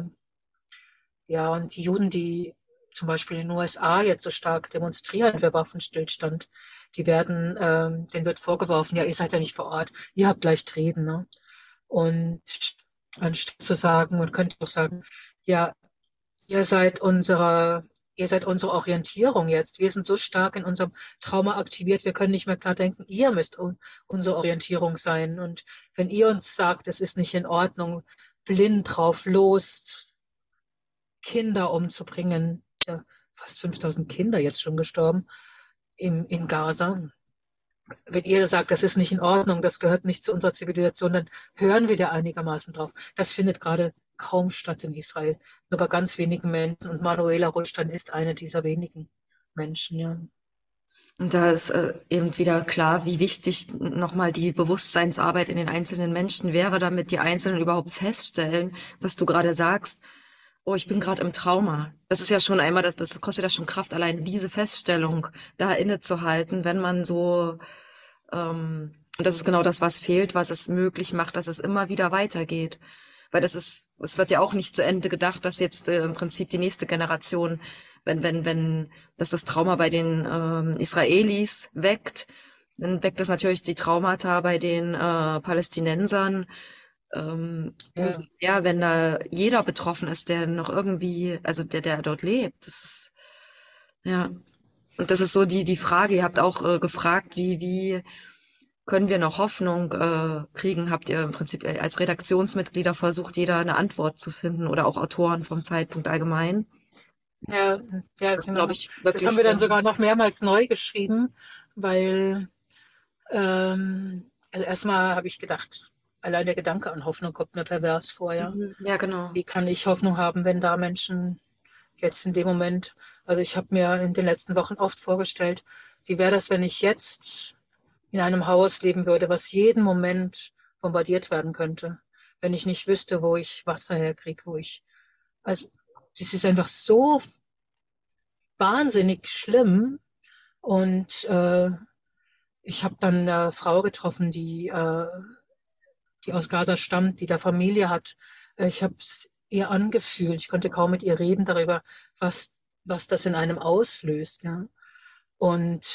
ja, und die Juden, die zum Beispiel in den USA jetzt so stark demonstrieren für Waffenstillstand, denen wird vorgeworfen, ja, ihr seid ja nicht vor Ort, ihr habt leicht reden, ne? Und anstatt zu sagen, man könnte auch sagen, ja, ihr seid unsere Orientierung jetzt. Wir sind so stark in unserem Trauma aktiviert, wir können nicht mehr klar denken, ihr müsst unsere Orientierung sein. Und wenn ihr uns sagt, es ist nicht in Ordnung, blind drauf los, Kinder umzubringen, ja, fast 5000 Kinder jetzt schon gestorben in Gaza. Wenn ihr sagt, das ist nicht in Ordnung, das gehört nicht zu unserer Zivilisation, dann hören wir da einigermaßen drauf. Das findet gerade kaum statt in Israel, nur bei ganz wenigen Menschen. Und Manuela Rutstein ist eine dieser wenigen Menschen, ja. Und da ist eben wieder klar, wie wichtig nochmal die Bewusstseinsarbeit in den einzelnen Menschen wäre, damit die Einzelnen überhaupt feststellen, was du gerade sagst. Oh, ich bin gerade im Trauma. Das ist ja schon einmal, das kostet ja schon Kraft, allein diese Feststellung da innezuhalten, wenn man so, und das ist genau das, was fehlt, was es möglich macht, dass es immer wieder weitergeht. Weil es wird ja auch nicht zu Ende gedacht, dass jetzt im Prinzip die nächste Generation, dass das Trauma bei den Israelis weckt, dann weckt das natürlich die Traumata bei den Palästinensern. Umso mehr, wenn da jeder betroffen ist, der noch irgendwie, also der dort lebt. Das ist, ja. Und das ist so die Frage. Ihr habt auch gefragt, wie können wir noch Hoffnung kriegen? Habt ihr im Prinzip als Redaktionsmitglieder versucht, jeder eine Antwort zu finden, oder auch Autoren vom Zeitpunkt allgemein? Ja, Das genau. glaube ich wirklich. Das haben wir dann sogar noch mehrmals neu geschrieben, weil also erstmal habe ich gedacht, allein der Gedanke an Hoffnung kommt mir pervers vor, ja. Ja, genau. Wie kann ich Hoffnung haben, wenn da Menschen jetzt in dem Moment, also ich habe mir in den letzten Wochen oft vorgestellt, wie wäre das, wenn ich jetzt in einem Haus leben würde, was jeden Moment bombardiert werden könnte, wenn ich nicht wüsste, wo ich Wasser herkriege, also, das ist einfach so wahnsinnig schlimm. Und ich habe dann eine Frau getroffen, die aus Gaza stammt, die da Familie hat. Ich habe es ihr angefühlt. Ich konnte kaum mit ihr reden darüber, was das in einem auslöst. Ja. Und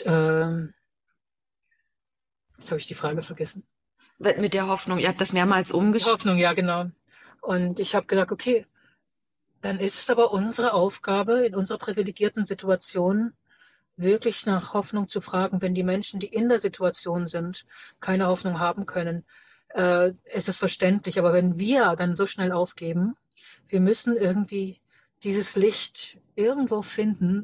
jetzt habe ich die Frage vergessen. Mit der Hoffnung, ihr habt das mehrmals Die umgeschrieben. Hoffnung, ja, genau. Und ich habe gesagt, okay, dann ist es aber unsere Aufgabe, in unserer privilegierten Situation wirklich nach Hoffnung zu fragen, wenn die Menschen, die in der Situation sind, keine Hoffnung haben können. Es ist verständlich, aber wenn wir dann so schnell aufgeben, wir müssen irgendwie dieses Licht irgendwo finden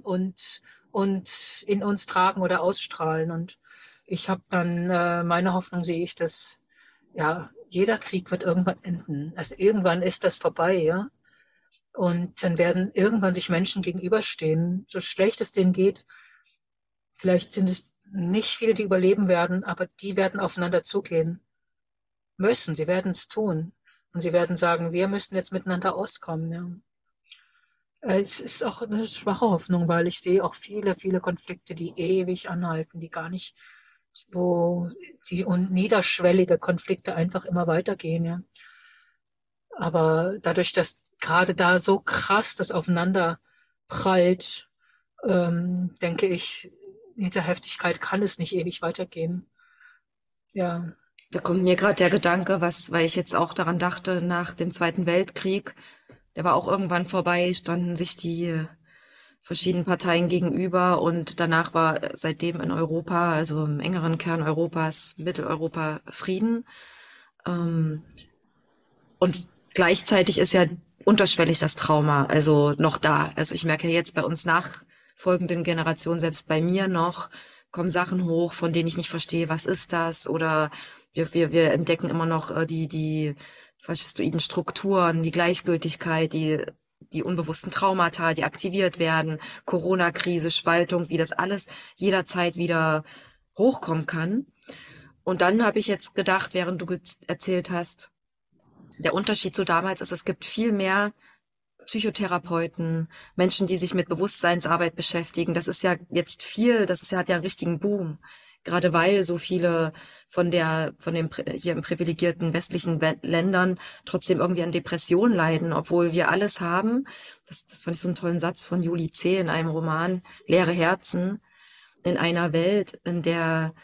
und in uns tragen oder ausstrahlen. Und ich habe dann, meine Hoffnung sehe ich, dass ja, jeder Krieg wird irgendwann enden. Also irgendwann ist das vorbei, ja. Und dann werden irgendwann sich Menschen gegenüberstehen, so schlecht es denen geht. Vielleicht sind es nicht viele, die überleben werden, aber die werden aufeinander zugehen müssen. Sie werden es tun. Und sie werden sagen, wir müssen jetzt miteinander auskommen. Ja. Es ist auch eine schwache Hoffnung, weil ich sehe auch viele, viele Konflikte, die ewig anhalten, die gar nicht, wo die und niederschwellige Konflikte einfach immer weitergehen. Ja. Aber dadurch, dass gerade da so krass das aufeinander prallt, denke ich, in dieser Heftigkeit kann es nicht ewig weitergehen. Ja, Da kommt mir gerade der Gedanke, weil ich jetzt auch daran dachte, nach dem Zweiten Weltkrieg, der war auch irgendwann vorbei, standen sich die verschiedenen Parteien gegenüber und danach war seitdem in Europa, also im engeren Kern Europas, Mitteleuropa, Frieden. Und gleichzeitig ist ja unterschwellig das Trauma, also noch da. Also ich merke ja jetzt bei uns nachfolgenden Generationen, selbst bei mir noch, kommen Sachen hoch, von denen ich nicht verstehe, was ist das? Oder wir entdecken immer noch die faschistoiden Strukturen, die Gleichgültigkeit, die unbewussten Traumata, die aktiviert werden, Corona-Krise, Spaltung, wie das alles jederzeit wieder hochkommen kann. Und dann habe ich jetzt gedacht, während du erzählt hast, der Unterschied zu damals ist, es gibt viel mehr Psychotherapeuten, Menschen, die sich mit Bewusstseinsarbeit beschäftigen. Das ist ja jetzt viel, hat ja einen richtigen Boom. Gerade weil so viele von den hier im privilegierten westlichen Ländern trotzdem irgendwie an Depressionen leiden, obwohl wir alles haben. Das fand ich so einen tollen Satz von Julie C. in einem Roman, Leere Herzen, in einer Welt, in der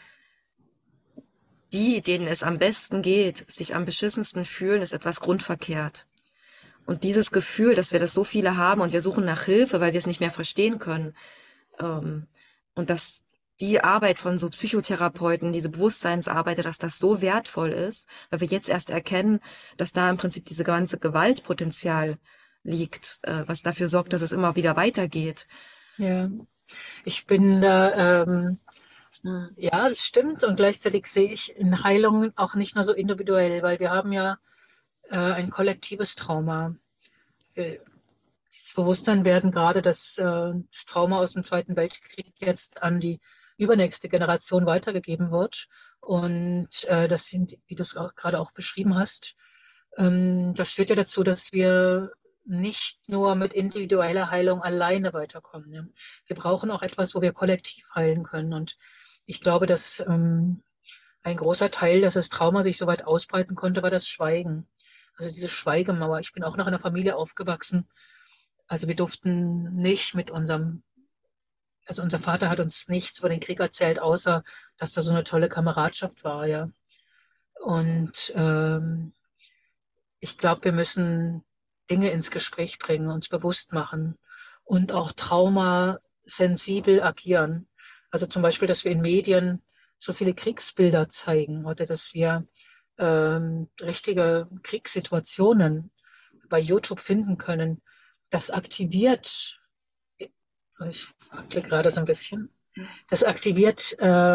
die, denen es am besten geht, sich am beschissensten fühlen, ist etwas grundverkehrt. Und dieses Gefühl, dass wir das so viele haben und wir suchen nach Hilfe, weil wir es nicht mehr verstehen können, und dass die Arbeit von so Psychotherapeuten, diese Bewusstseinsarbeit, dass das so wertvoll ist, weil wir jetzt erst erkennen, dass da im Prinzip diese ganze Gewaltpotenzial liegt, was dafür sorgt, dass es immer wieder weitergeht. ja. Ich bin da, ja, das stimmt. Und gleichzeitig sehe ich in Heilung auch nicht nur so individuell, weil wir haben ja ein kollektives Trauma. Dieses Bewusstsein werden gerade das Trauma aus dem Zweiten Weltkrieg jetzt an die übernächste Generation weitergegeben wird. Und das sind, wie du es gerade auch beschrieben hast, das führt ja dazu, dass wir nicht nur mit individueller Heilung alleine weiterkommen. Ja. Wir brauchen auch etwas, wo wir kollektiv heilen können. Und ich glaube, dass ein großer Teil, dass das Trauma sich so weit ausbreiten konnte, war das Schweigen. Also diese Schweigemauer. Ich bin auch noch in einer Familie aufgewachsen. Also wir durften nicht also unser Vater hat uns nichts über den Krieg erzählt, außer dass da so eine tolle Kameradschaft war, ja. Und ich glaube, wir müssen Dinge ins Gespräch bringen, uns bewusst machen und auch traumasensibel agieren. Also zum Beispiel, dass wir in Medien so viele Kriegsbilder zeigen oder dass wir richtige Kriegssituationen bei YouTube finden können. Das aktiviert, ich wackle gerade so ein bisschen, das aktiviert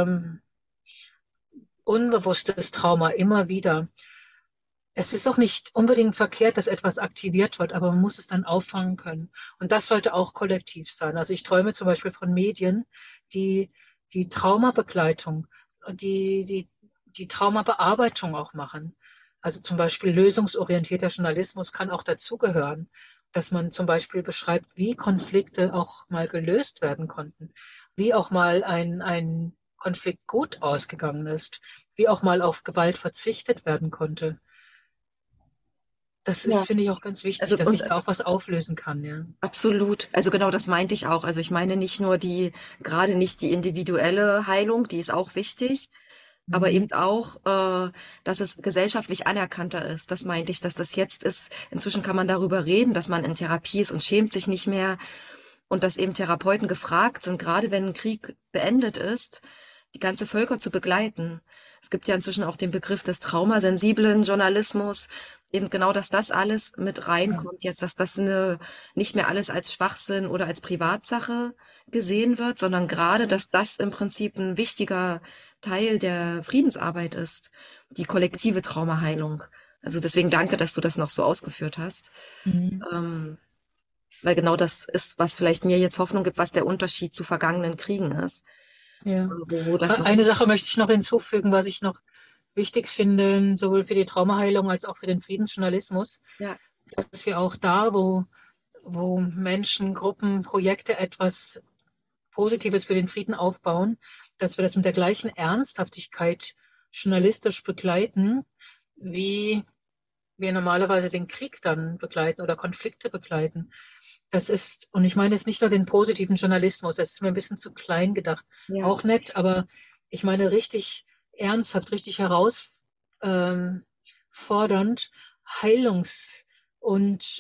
unbewusstes Trauma immer wieder. Es ist auch nicht unbedingt verkehrt, dass etwas aktiviert wird, aber man muss es dann auffangen können. Und das sollte auch kollektiv sein. Also ich träume zum Beispiel von Medien, die die Traumabegleitung die, die, die Traumabearbeitung auch machen. Also zum Beispiel lösungsorientierter Journalismus kann auch dazugehören, dass man zum Beispiel beschreibt, wie Konflikte auch mal gelöst werden konnten, wie auch mal ein Konflikt gut ausgegangen ist, wie auch mal auf Gewalt verzichtet werden konnte. Das ist, Ja, finde ich, auch ganz wichtig, also dass und ich da auch was auflösen kann, ja. absolut. Also genau das meinte ich auch. Also ich meine nicht nur gerade nicht die individuelle Heilung, die ist auch wichtig, aber Mhm. eben auch, dass es gesellschaftlich anerkannter ist. Das meinte ich, dass das jetzt ist. Inzwischen kann man darüber reden, dass man in Therapie ist und schämt sich nicht mehr und dass eben Therapeuten gefragt sind, gerade wenn ein Krieg beendet ist, die ganze Völker zu begleiten. Es gibt ja inzwischen auch den Begriff des traumasensiblen Journalismus, eben genau, dass das alles mit Ja. reinkommt jetzt, dass das nicht mehr alles als Schwachsinn oder als Privatsache gesehen wird, sondern gerade, dass das im Prinzip ein wichtiger Teil der Friedensarbeit ist, die kollektive Traumaheilung. Also deswegen danke, dass du das noch so ausgeführt hast. Mhm. Ähm, Weil genau das ist, was vielleicht mir jetzt Hoffnung gibt, was der Unterschied zu vergangenen Kriegen ist, Ja. wo das noch Eine nicht. Sache möchte ich noch hinzufügen, was ich noch wichtig finde, sowohl für die Traumaheilung als auch für den Friedensjournalismus, Ja, dass wir auch da, wo Menschen, Gruppen, Projekte etwas Positives für den Frieden aufbauen, dass wir das mit der gleichen Ernsthaftigkeit journalistisch begleiten, wie wir normalerweise den Krieg dann begleiten oder Konflikte begleiten. Das ist, und ich meine jetzt nicht nur den positiven Journalismus, das ist mir ein bisschen zu klein gedacht, ja, auch nett, aber ich meine richtig ernsthaft, richtig herausfordernd, Heilungs- und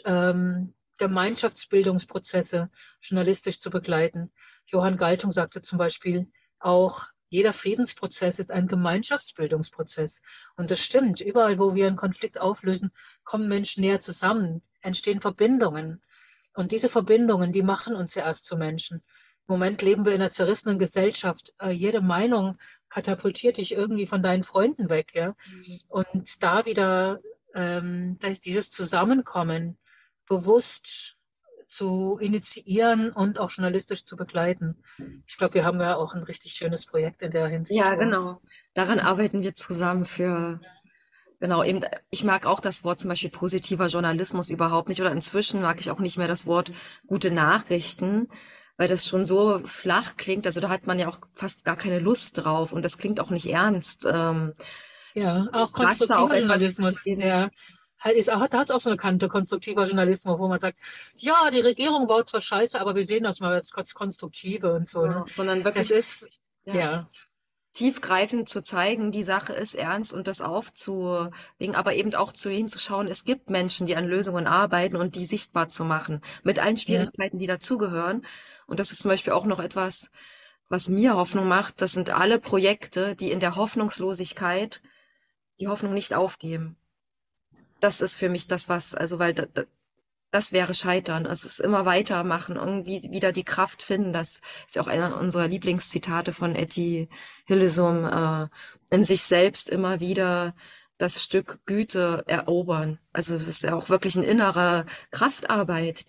Gemeinschaftsbildungsprozesse journalistisch zu begleiten. Johann Galtung sagte zum Beispiel auch, jeder Friedensprozess ist ein Gemeinschaftsbildungsprozess. Und das stimmt. Überall, wo wir einen Konflikt auflösen, kommen Menschen näher zusammen, entstehen Verbindungen. Und diese Verbindungen, die machen uns ja erst zu Menschen. Im Moment leben wir in einer zerrissenen Gesellschaft. Jede Meinung katapultiert dich irgendwie von deinen Freunden weg, ja. Und da wieder da ist dieses Zusammenkommen bewusst zu initiieren und auch journalistisch zu begleiten. Ich glaube, wir haben ja auch ein richtig schönes Projekt in der Hinsicht ja, vor. genau. Daran arbeiten wir zusammen genau, eben, ich mag auch das Wort zum Beispiel positiver Journalismus überhaupt nicht oder inzwischen mag ich auch nicht mehr das Wort gute Nachrichten, weil das schon so flach klingt. Also da hat man ja auch fast gar keine Lust drauf und das klingt auch nicht ernst. Es Ja, auch passt da auch konstruktiver etwas Journalismus, in, der halt ist, hat auch so eine Kante, konstruktiver Journalismus, wo man sagt, ja, die Regierung baut zwar Scheiße, aber wir sehen das mal als Konstruktive und so, ne? genau, sondern Das wirklich, ist, ja, ja, tiefgreifend zu zeigen, die Sache ist ernst und das aufzuwägen, aber eben auch zu hinzuschauen, es gibt Menschen, die an Lösungen arbeiten und die sichtbar zu machen, mit allen ja, Schwierigkeiten, die dazugehören. Und das ist zum Beispiel auch noch etwas, was mir Hoffnung macht. Das sind alle Projekte, die in der Hoffnungslosigkeit die Hoffnung nicht aufgeben. Das ist für mich das, also weil das wäre Scheitern. Es ist immer weitermachen, irgendwie wieder die Kraft finden. Das ist ja auch einer unserer Lieblingszitate von Etty Hillesum, in sich selbst immer wieder das Stück Güte erobern. Also es ist ja auch wirklich eine innere Kraftarbeit,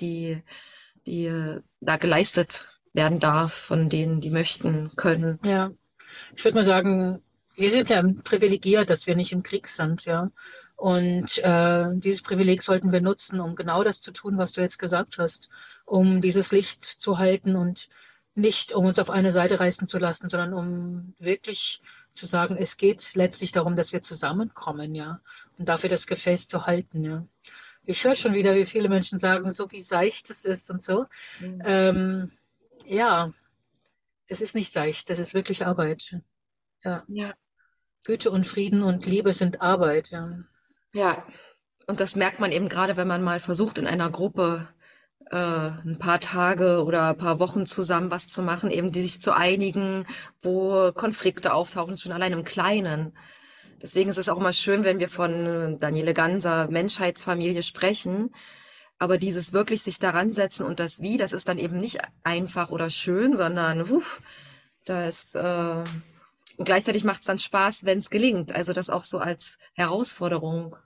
die da geleistet werden darf von denen, die möchten, können. ja. Ich würde mal sagen, wir sind ja privilegiert, dass wir nicht im Krieg sind, ja. Und dieses Privileg sollten wir nutzen, um genau das zu tun, was du jetzt gesagt hast, um dieses Licht zu halten und nicht, um uns auf eine Seite reißen zu lassen, sondern um wirklich zu sagen, es geht letztlich darum, dass wir zusammenkommen, ja, und dafür das Gefäß zu halten, ja. Ich höre schon wieder, wie viele Menschen sagen, so wie seicht es ist und so. Ähm, ja, das ist nicht seicht, das ist wirklich Arbeit. Ja. Ja, Güte und Frieden und Liebe sind Arbeit, ja. ja. Und das merkt man eben gerade, wenn man mal versucht, in einer Gruppe ein paar Tage oder ein paar Wochen zusammen was zu machen, eben die sich zu einigen, wo Konflikte auftauchen, schon allein im Kleinen. Deswegen ist es auch immer schön, wenn wir von Daniele Ganser Menschheitsfamilie sprechen. Aber dieses wirklich sich daran setzen und das Wie, das ist dann eben nicht einfach oder schön, sondern da ist und gleichzeitig macht es dann Spaß, wenn es gelingt. Also das auch so als Herausforderung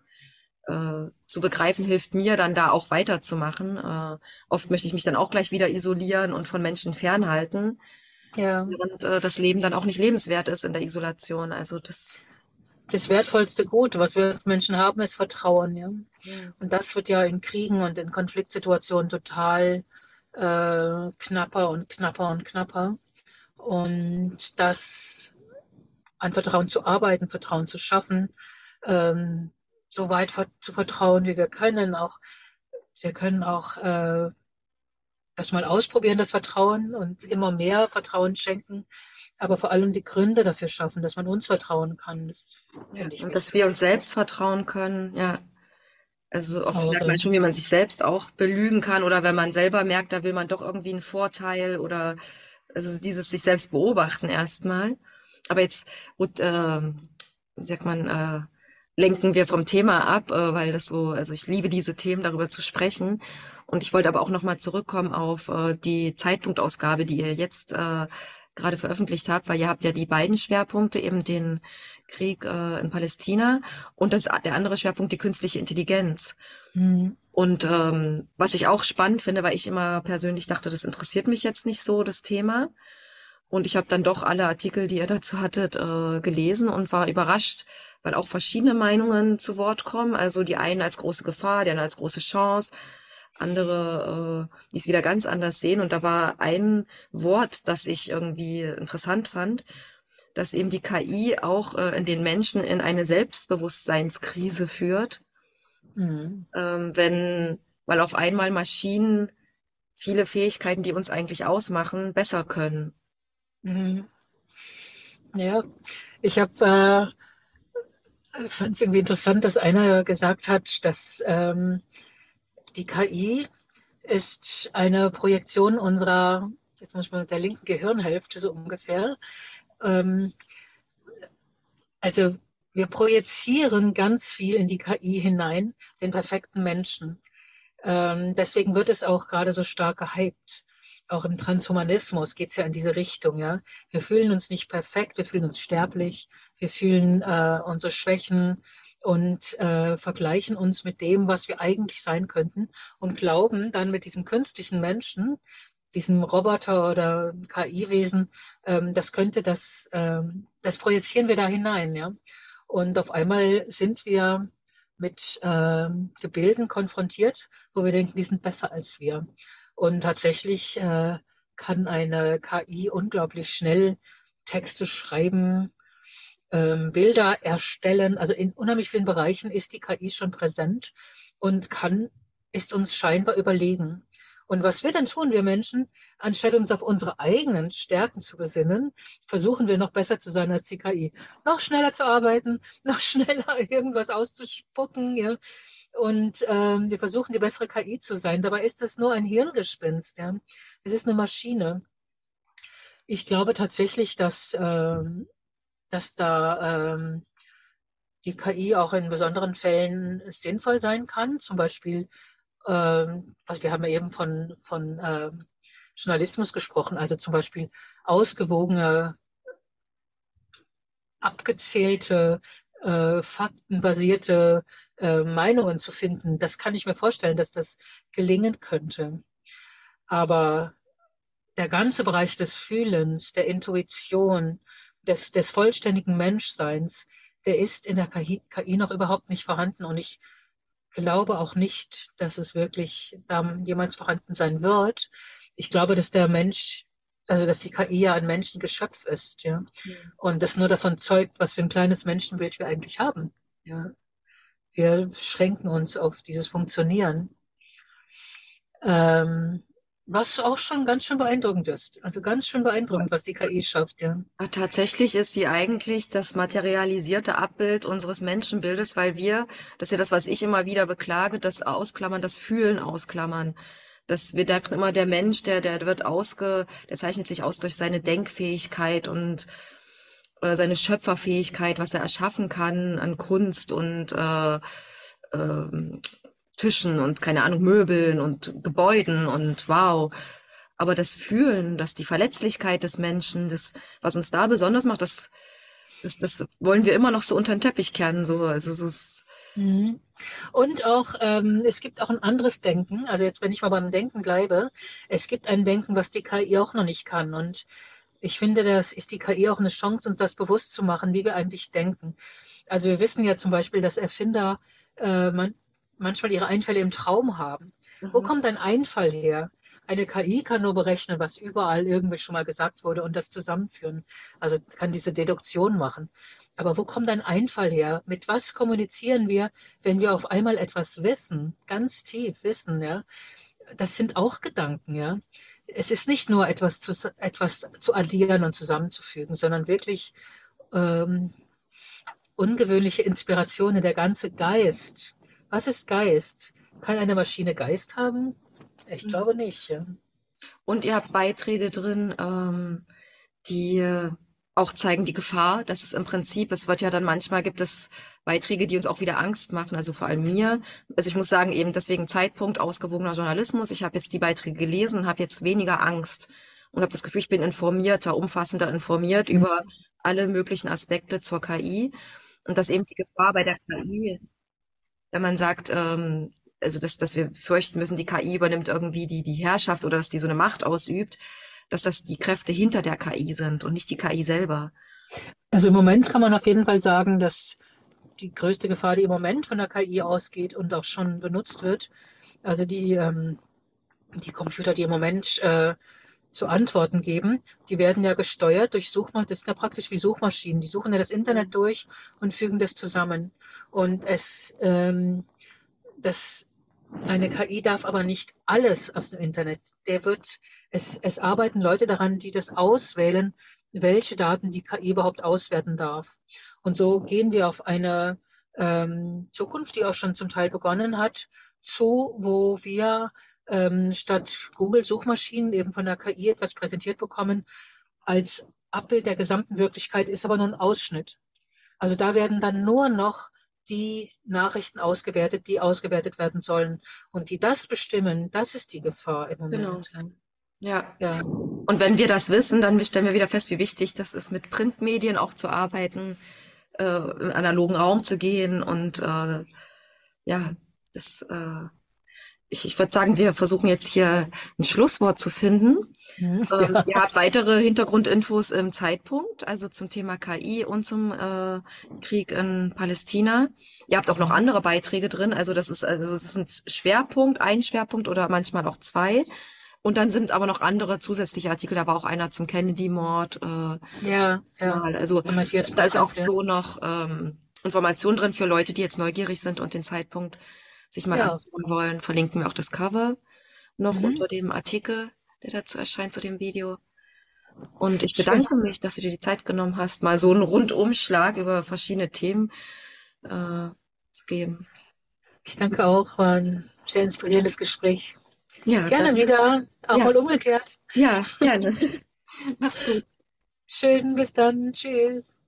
zu begreifen, hilft mir dann da auch weiterzumachen. Oft möchte ich mich dann auch gleich wieder isolieren und von Menschen fernhalten. Ja. und das Leben dann auch nicht lebenswert ist in der Isolation. Also Das wertvollste Gut, was wir als Menschen haben, ist Vertrauen, ja. ja. Und das wird ja in Kriegen und in Konfliktsituationen total knapper und knapper und knapper. Und das an Vertrauen zu arbeiten, Vertrauen zu schaffen, ähm, so weit zu vertrauen, wie wir können. Wir können auch das mal ausprobieren, das Vertrauen und immer mehr Vertrauen schenken, aber vor allem die Gründe dafür schaffen, dass man uns vertrauen kann. Das Ja. finde ich Und dass wir wichtig. uns selbst vertrauen können, ja. Also oft Auch, merkt man schon, wie man sich selbst auch belügen kann oder wenn man selber merkt, da will man doch irgendwie einen Vorteil oder also dieses sich selbst beobachten erstmal. Aber jetzt, gut, wie sagt man, lenken wir vom Thema ab, weil das so, also ich liebe diese Themen, darüber zu sprechen. Und ich wollte aber auch nochmal zurückkommen auf die Zeitpunktausgabe, die ihr jetzt gerade veröffentlicht habt, weil ihr habt ja die beiden Schwerpunkte, eben den Krieg in Palästina und der andere Schwerpunkt, die künstliche Intelligenz. hm, Und was ich auch spannend finde, weil ich immer persönlich dachte, das interessiert mich jetzt nicht so, das Thema. Und ich habe dann doch alle Artikel, die ihr dazu hattet, gelesen und war überrascht, weil auch verschiedene Meinungen zu Wort kommen. Also die einen als große Gefahr, die anderen als große Chance, andere, die es wieder ganz anders sehen. Und da war ein Wort, das ich irgendwie interessant fand, dass eben die KI auch in den Menschen in eine Selbstbewusstseinskrise führt, hm, weil auf einmal Maschinen viele Fähigkeiten, die uns eigentlich ausmachen, besser können. hm. Ja, ich fand es irgendwie interessant, dass einer gesagt hat, dass die KI ist eine Projektion unserer, jetzt manchmal der linken Gehirnhälfte so ungefähr. Ähm, also wir projizieren ganz viel in die KI hinein, den perfekten Menschen. Deswegen wird es auch gerade so stark gehypt. Auch im Transhumanismus geht es ja in diese Richtung, ja. Wir fühlen uns nicht perfekt, wir fühlen uns sterblich, wir fühlen unsere Schwächen und vergleichen uns mit dem, was wir eigentlich sein könnten und glauben dann mit diesem künstlichen Menschen, diesem Roboter oder KI-Wesen, das projizieren wir da hinein, ja. Und auf einmal sind wir mit Gebilden konfrontiert, wo wir denken, die sind besser als wir. Und tatsächlich kann eine KI unglaublich schnell Texte schreiben, Bilder erstellen. Also in unheimlich vielen Bereichen ist die KI schon präsent und ist uns scheinbar überlegen. Und was wir dann tun, wir Menschen, anstatt uns auf unsere eigenen Stärken zu besinnen, versuchen wir noch besser zu sein als die KI. Noch schneller zu arbeiten, noch schneller irgendwas auszuspucken, ja. Und wir versuchen, die bessere KI zu sein. Dabei ist es nur ein Hirngespinst, ja. Es ist eine Maschine. Ich glaube tatsächlich, dass da die KI auch in besonderen Fällen sinnvoll sein kann. Zum Beispiel, wir haben ja eben von Journalismus gesprochen, also zum Beispiel ausgewogene, abgezählte, faktenbasierte Meinungen zu finden. Das kann ich mir vorstellen, dass das gelingen könnte. Aber der ganze Bereich des Fühlens, der Intuition, des vollständigen Menschseins, der ist in der KI noch überhaupt nicht vorhanden. Und ich glaube auch nicht, dass es wirklich jemals vorhanden sein wird. Ich glaube, dass dass die KI ja ein Menschengeschöpf ist, ja. Und das nur davon zeugt, was für ein kleines Menschenbild wir eigentlich haben. Ja. Wir schränken uns auf dieses Funktionieren. Was auch schon ganz schön beeindruckend ist. Also ganz schön beeindruckend, was die KI schafft, ja. Tatsächlich ist sie eigentlich das materialisierte Abbild unseres Menschenbildes, weil das ist ja das, was ich immer wieder beklage, das Ausklammern, das Fühlen ausklammern. Wir denken immer, der Mensch, der der zeichnet sich aus durch seine Denkfähigkeit und seine Schöpferfähigkeit, was er erschaffen kann an Kunst und Tischen und keine Ahnung, Möbeln und Gebäuden und wow. Aber das Fühlen, die Verletzlichkeit des Menschen, was uns da besonders macht, das wollen wir immer noch so unter den Teppich kehren, so, also so. Mhm. Und auch, es gibt auch ein anderes Denken. Also jetzt, wenn ich mal beim Denken bleibe, es gibt ein Denken, was die KI auch noch nicht kann. Und Ich finde, das ist die KI auch eine Chance, uns das bewusst zu machen, wie wir eigentlich denken. Also wir wissen ja zum Beispiel, dass Erfinder manchmal ihre Einfälle im Traum haben. Wo Mhm. kommt ein Einfall her? Eine KI kann nur berechnen, was überall irgendwie schon mal gesagt wurde und das zusammenführen. Also kann diese Deduktion machen. Aber wo kommt ein Einfall her? Mit was kommunizieren wir, wenn wir auf einmal etwas wissen, ganz tief wissen, ja? Das sind auch Gedanken, ja. Es ist nicht nur etwas zu addieren und zusammenzufügen, sondern wirklich ähm, ungewöhnliche Inspirationen, der ganze Geist. Was ist Geist? Kann eine Maschine Geist haben? Ich glaube nicht. Ja. Und ihr habt Beiträge drin, die auch zeigen die Gefahr, dass es im Prinzip, es wird ja dann manchmal gibt es Beiträge, die uns auch wieder Angst machen, also vor allem mir. Also ich muss sagen, eben deswegen Zeitpunkt, ausgewogener Journalismus. Ich habe jetzt die Beiträge gelesen und habe jetzt weniger Angst und habe das Gefühl, ich bin informierter, umfassender informiert über alle möglichen Aspekte zur KI. Und dass eben die Gefahr bei der KI, wenn man sagt, also dass wir fürchten müssen, die KI übernimmt irgendwie die Herrschaft oder dass die so eine Macht ausübt, dass das die Kräfte hinter der KI sind und nicht die KI selber. Also im Moment kann man auf jeden Fall sagen, dass die größte Gefahr, die im Moment von der KI ausgeht und auch schon benutzt wird, also die Computer, die im Moment so Antworten geben, die werden ja gesteuert durch Suchmaschinen. Das ist ja praktisch wie Suchmaschinen. Die suchen ja das Internet durch und fügen das zusammen. Und eine KI darf aber nicht alles aus dem Internet. Es arbeiten Leute daran, die das auswählen, welche Daten die KI überhaupt auswerten darf. Und so gehen wir auf eine Zukunft, die auch schon zum Teil begonnen hat, zu, wo wir statt Google-Suchmaschinen eben von der KI etwas präsentiert bekommen als Abbild der gesamten Wirklichkeit, ist aber nur ein Ausschnitt. Also da werden dann nur noch die Nachrichten ausgewertet, die ausgewertet werden sollen. Und die das bestimmen, das ist die Gefahr im Genau. Moment. Ja. Ja, Und wenn wir das wissen, dann stellen wir wieder fest, wie wichtig das ist, mit Printmedien auch zu arbeiten, im analogen Raum zu gehen und ja, das ich würde sagen, wir versuchen jetzt hier ein Schlusswort zu finden. ja. Ihr habt weitere Hintergrundinfos im Zeitpunkt, also zum Thema KI und zum Krieg in Palästina. Ihr habt auch noch andere Beiträge drin, also es ist ein Schwerpunkt oder manchmal auch zwei. Und dann sind aber noch andere zusätzliche Artikel, da war auch einer zum Kennedy-Mord Ja, ja. mal. Also Von Matthias da ist auch Prokes, ja. so noch Information drin für Leute, die jetzt neugierig sind und den Zeitpunkt sich mal Ja. anschauen wollen. Verlinken wir auch das Cover noch Mhm. unter dem Artikel, der dazu erscheint, zu dem Video. Und ich Schön. bedanke mich, dass du dir die Zeit genommen hast, mal so einen Rundumschlag über verschiedene Themen zu geben. Ich danke auch, war ein sehr inspirierendes Gespräch. Ja, Gerne dann, wieder, auch ja, mal umgekehrt. ja, gerne. Mach's gut. Schön, bis dann. Tschüss.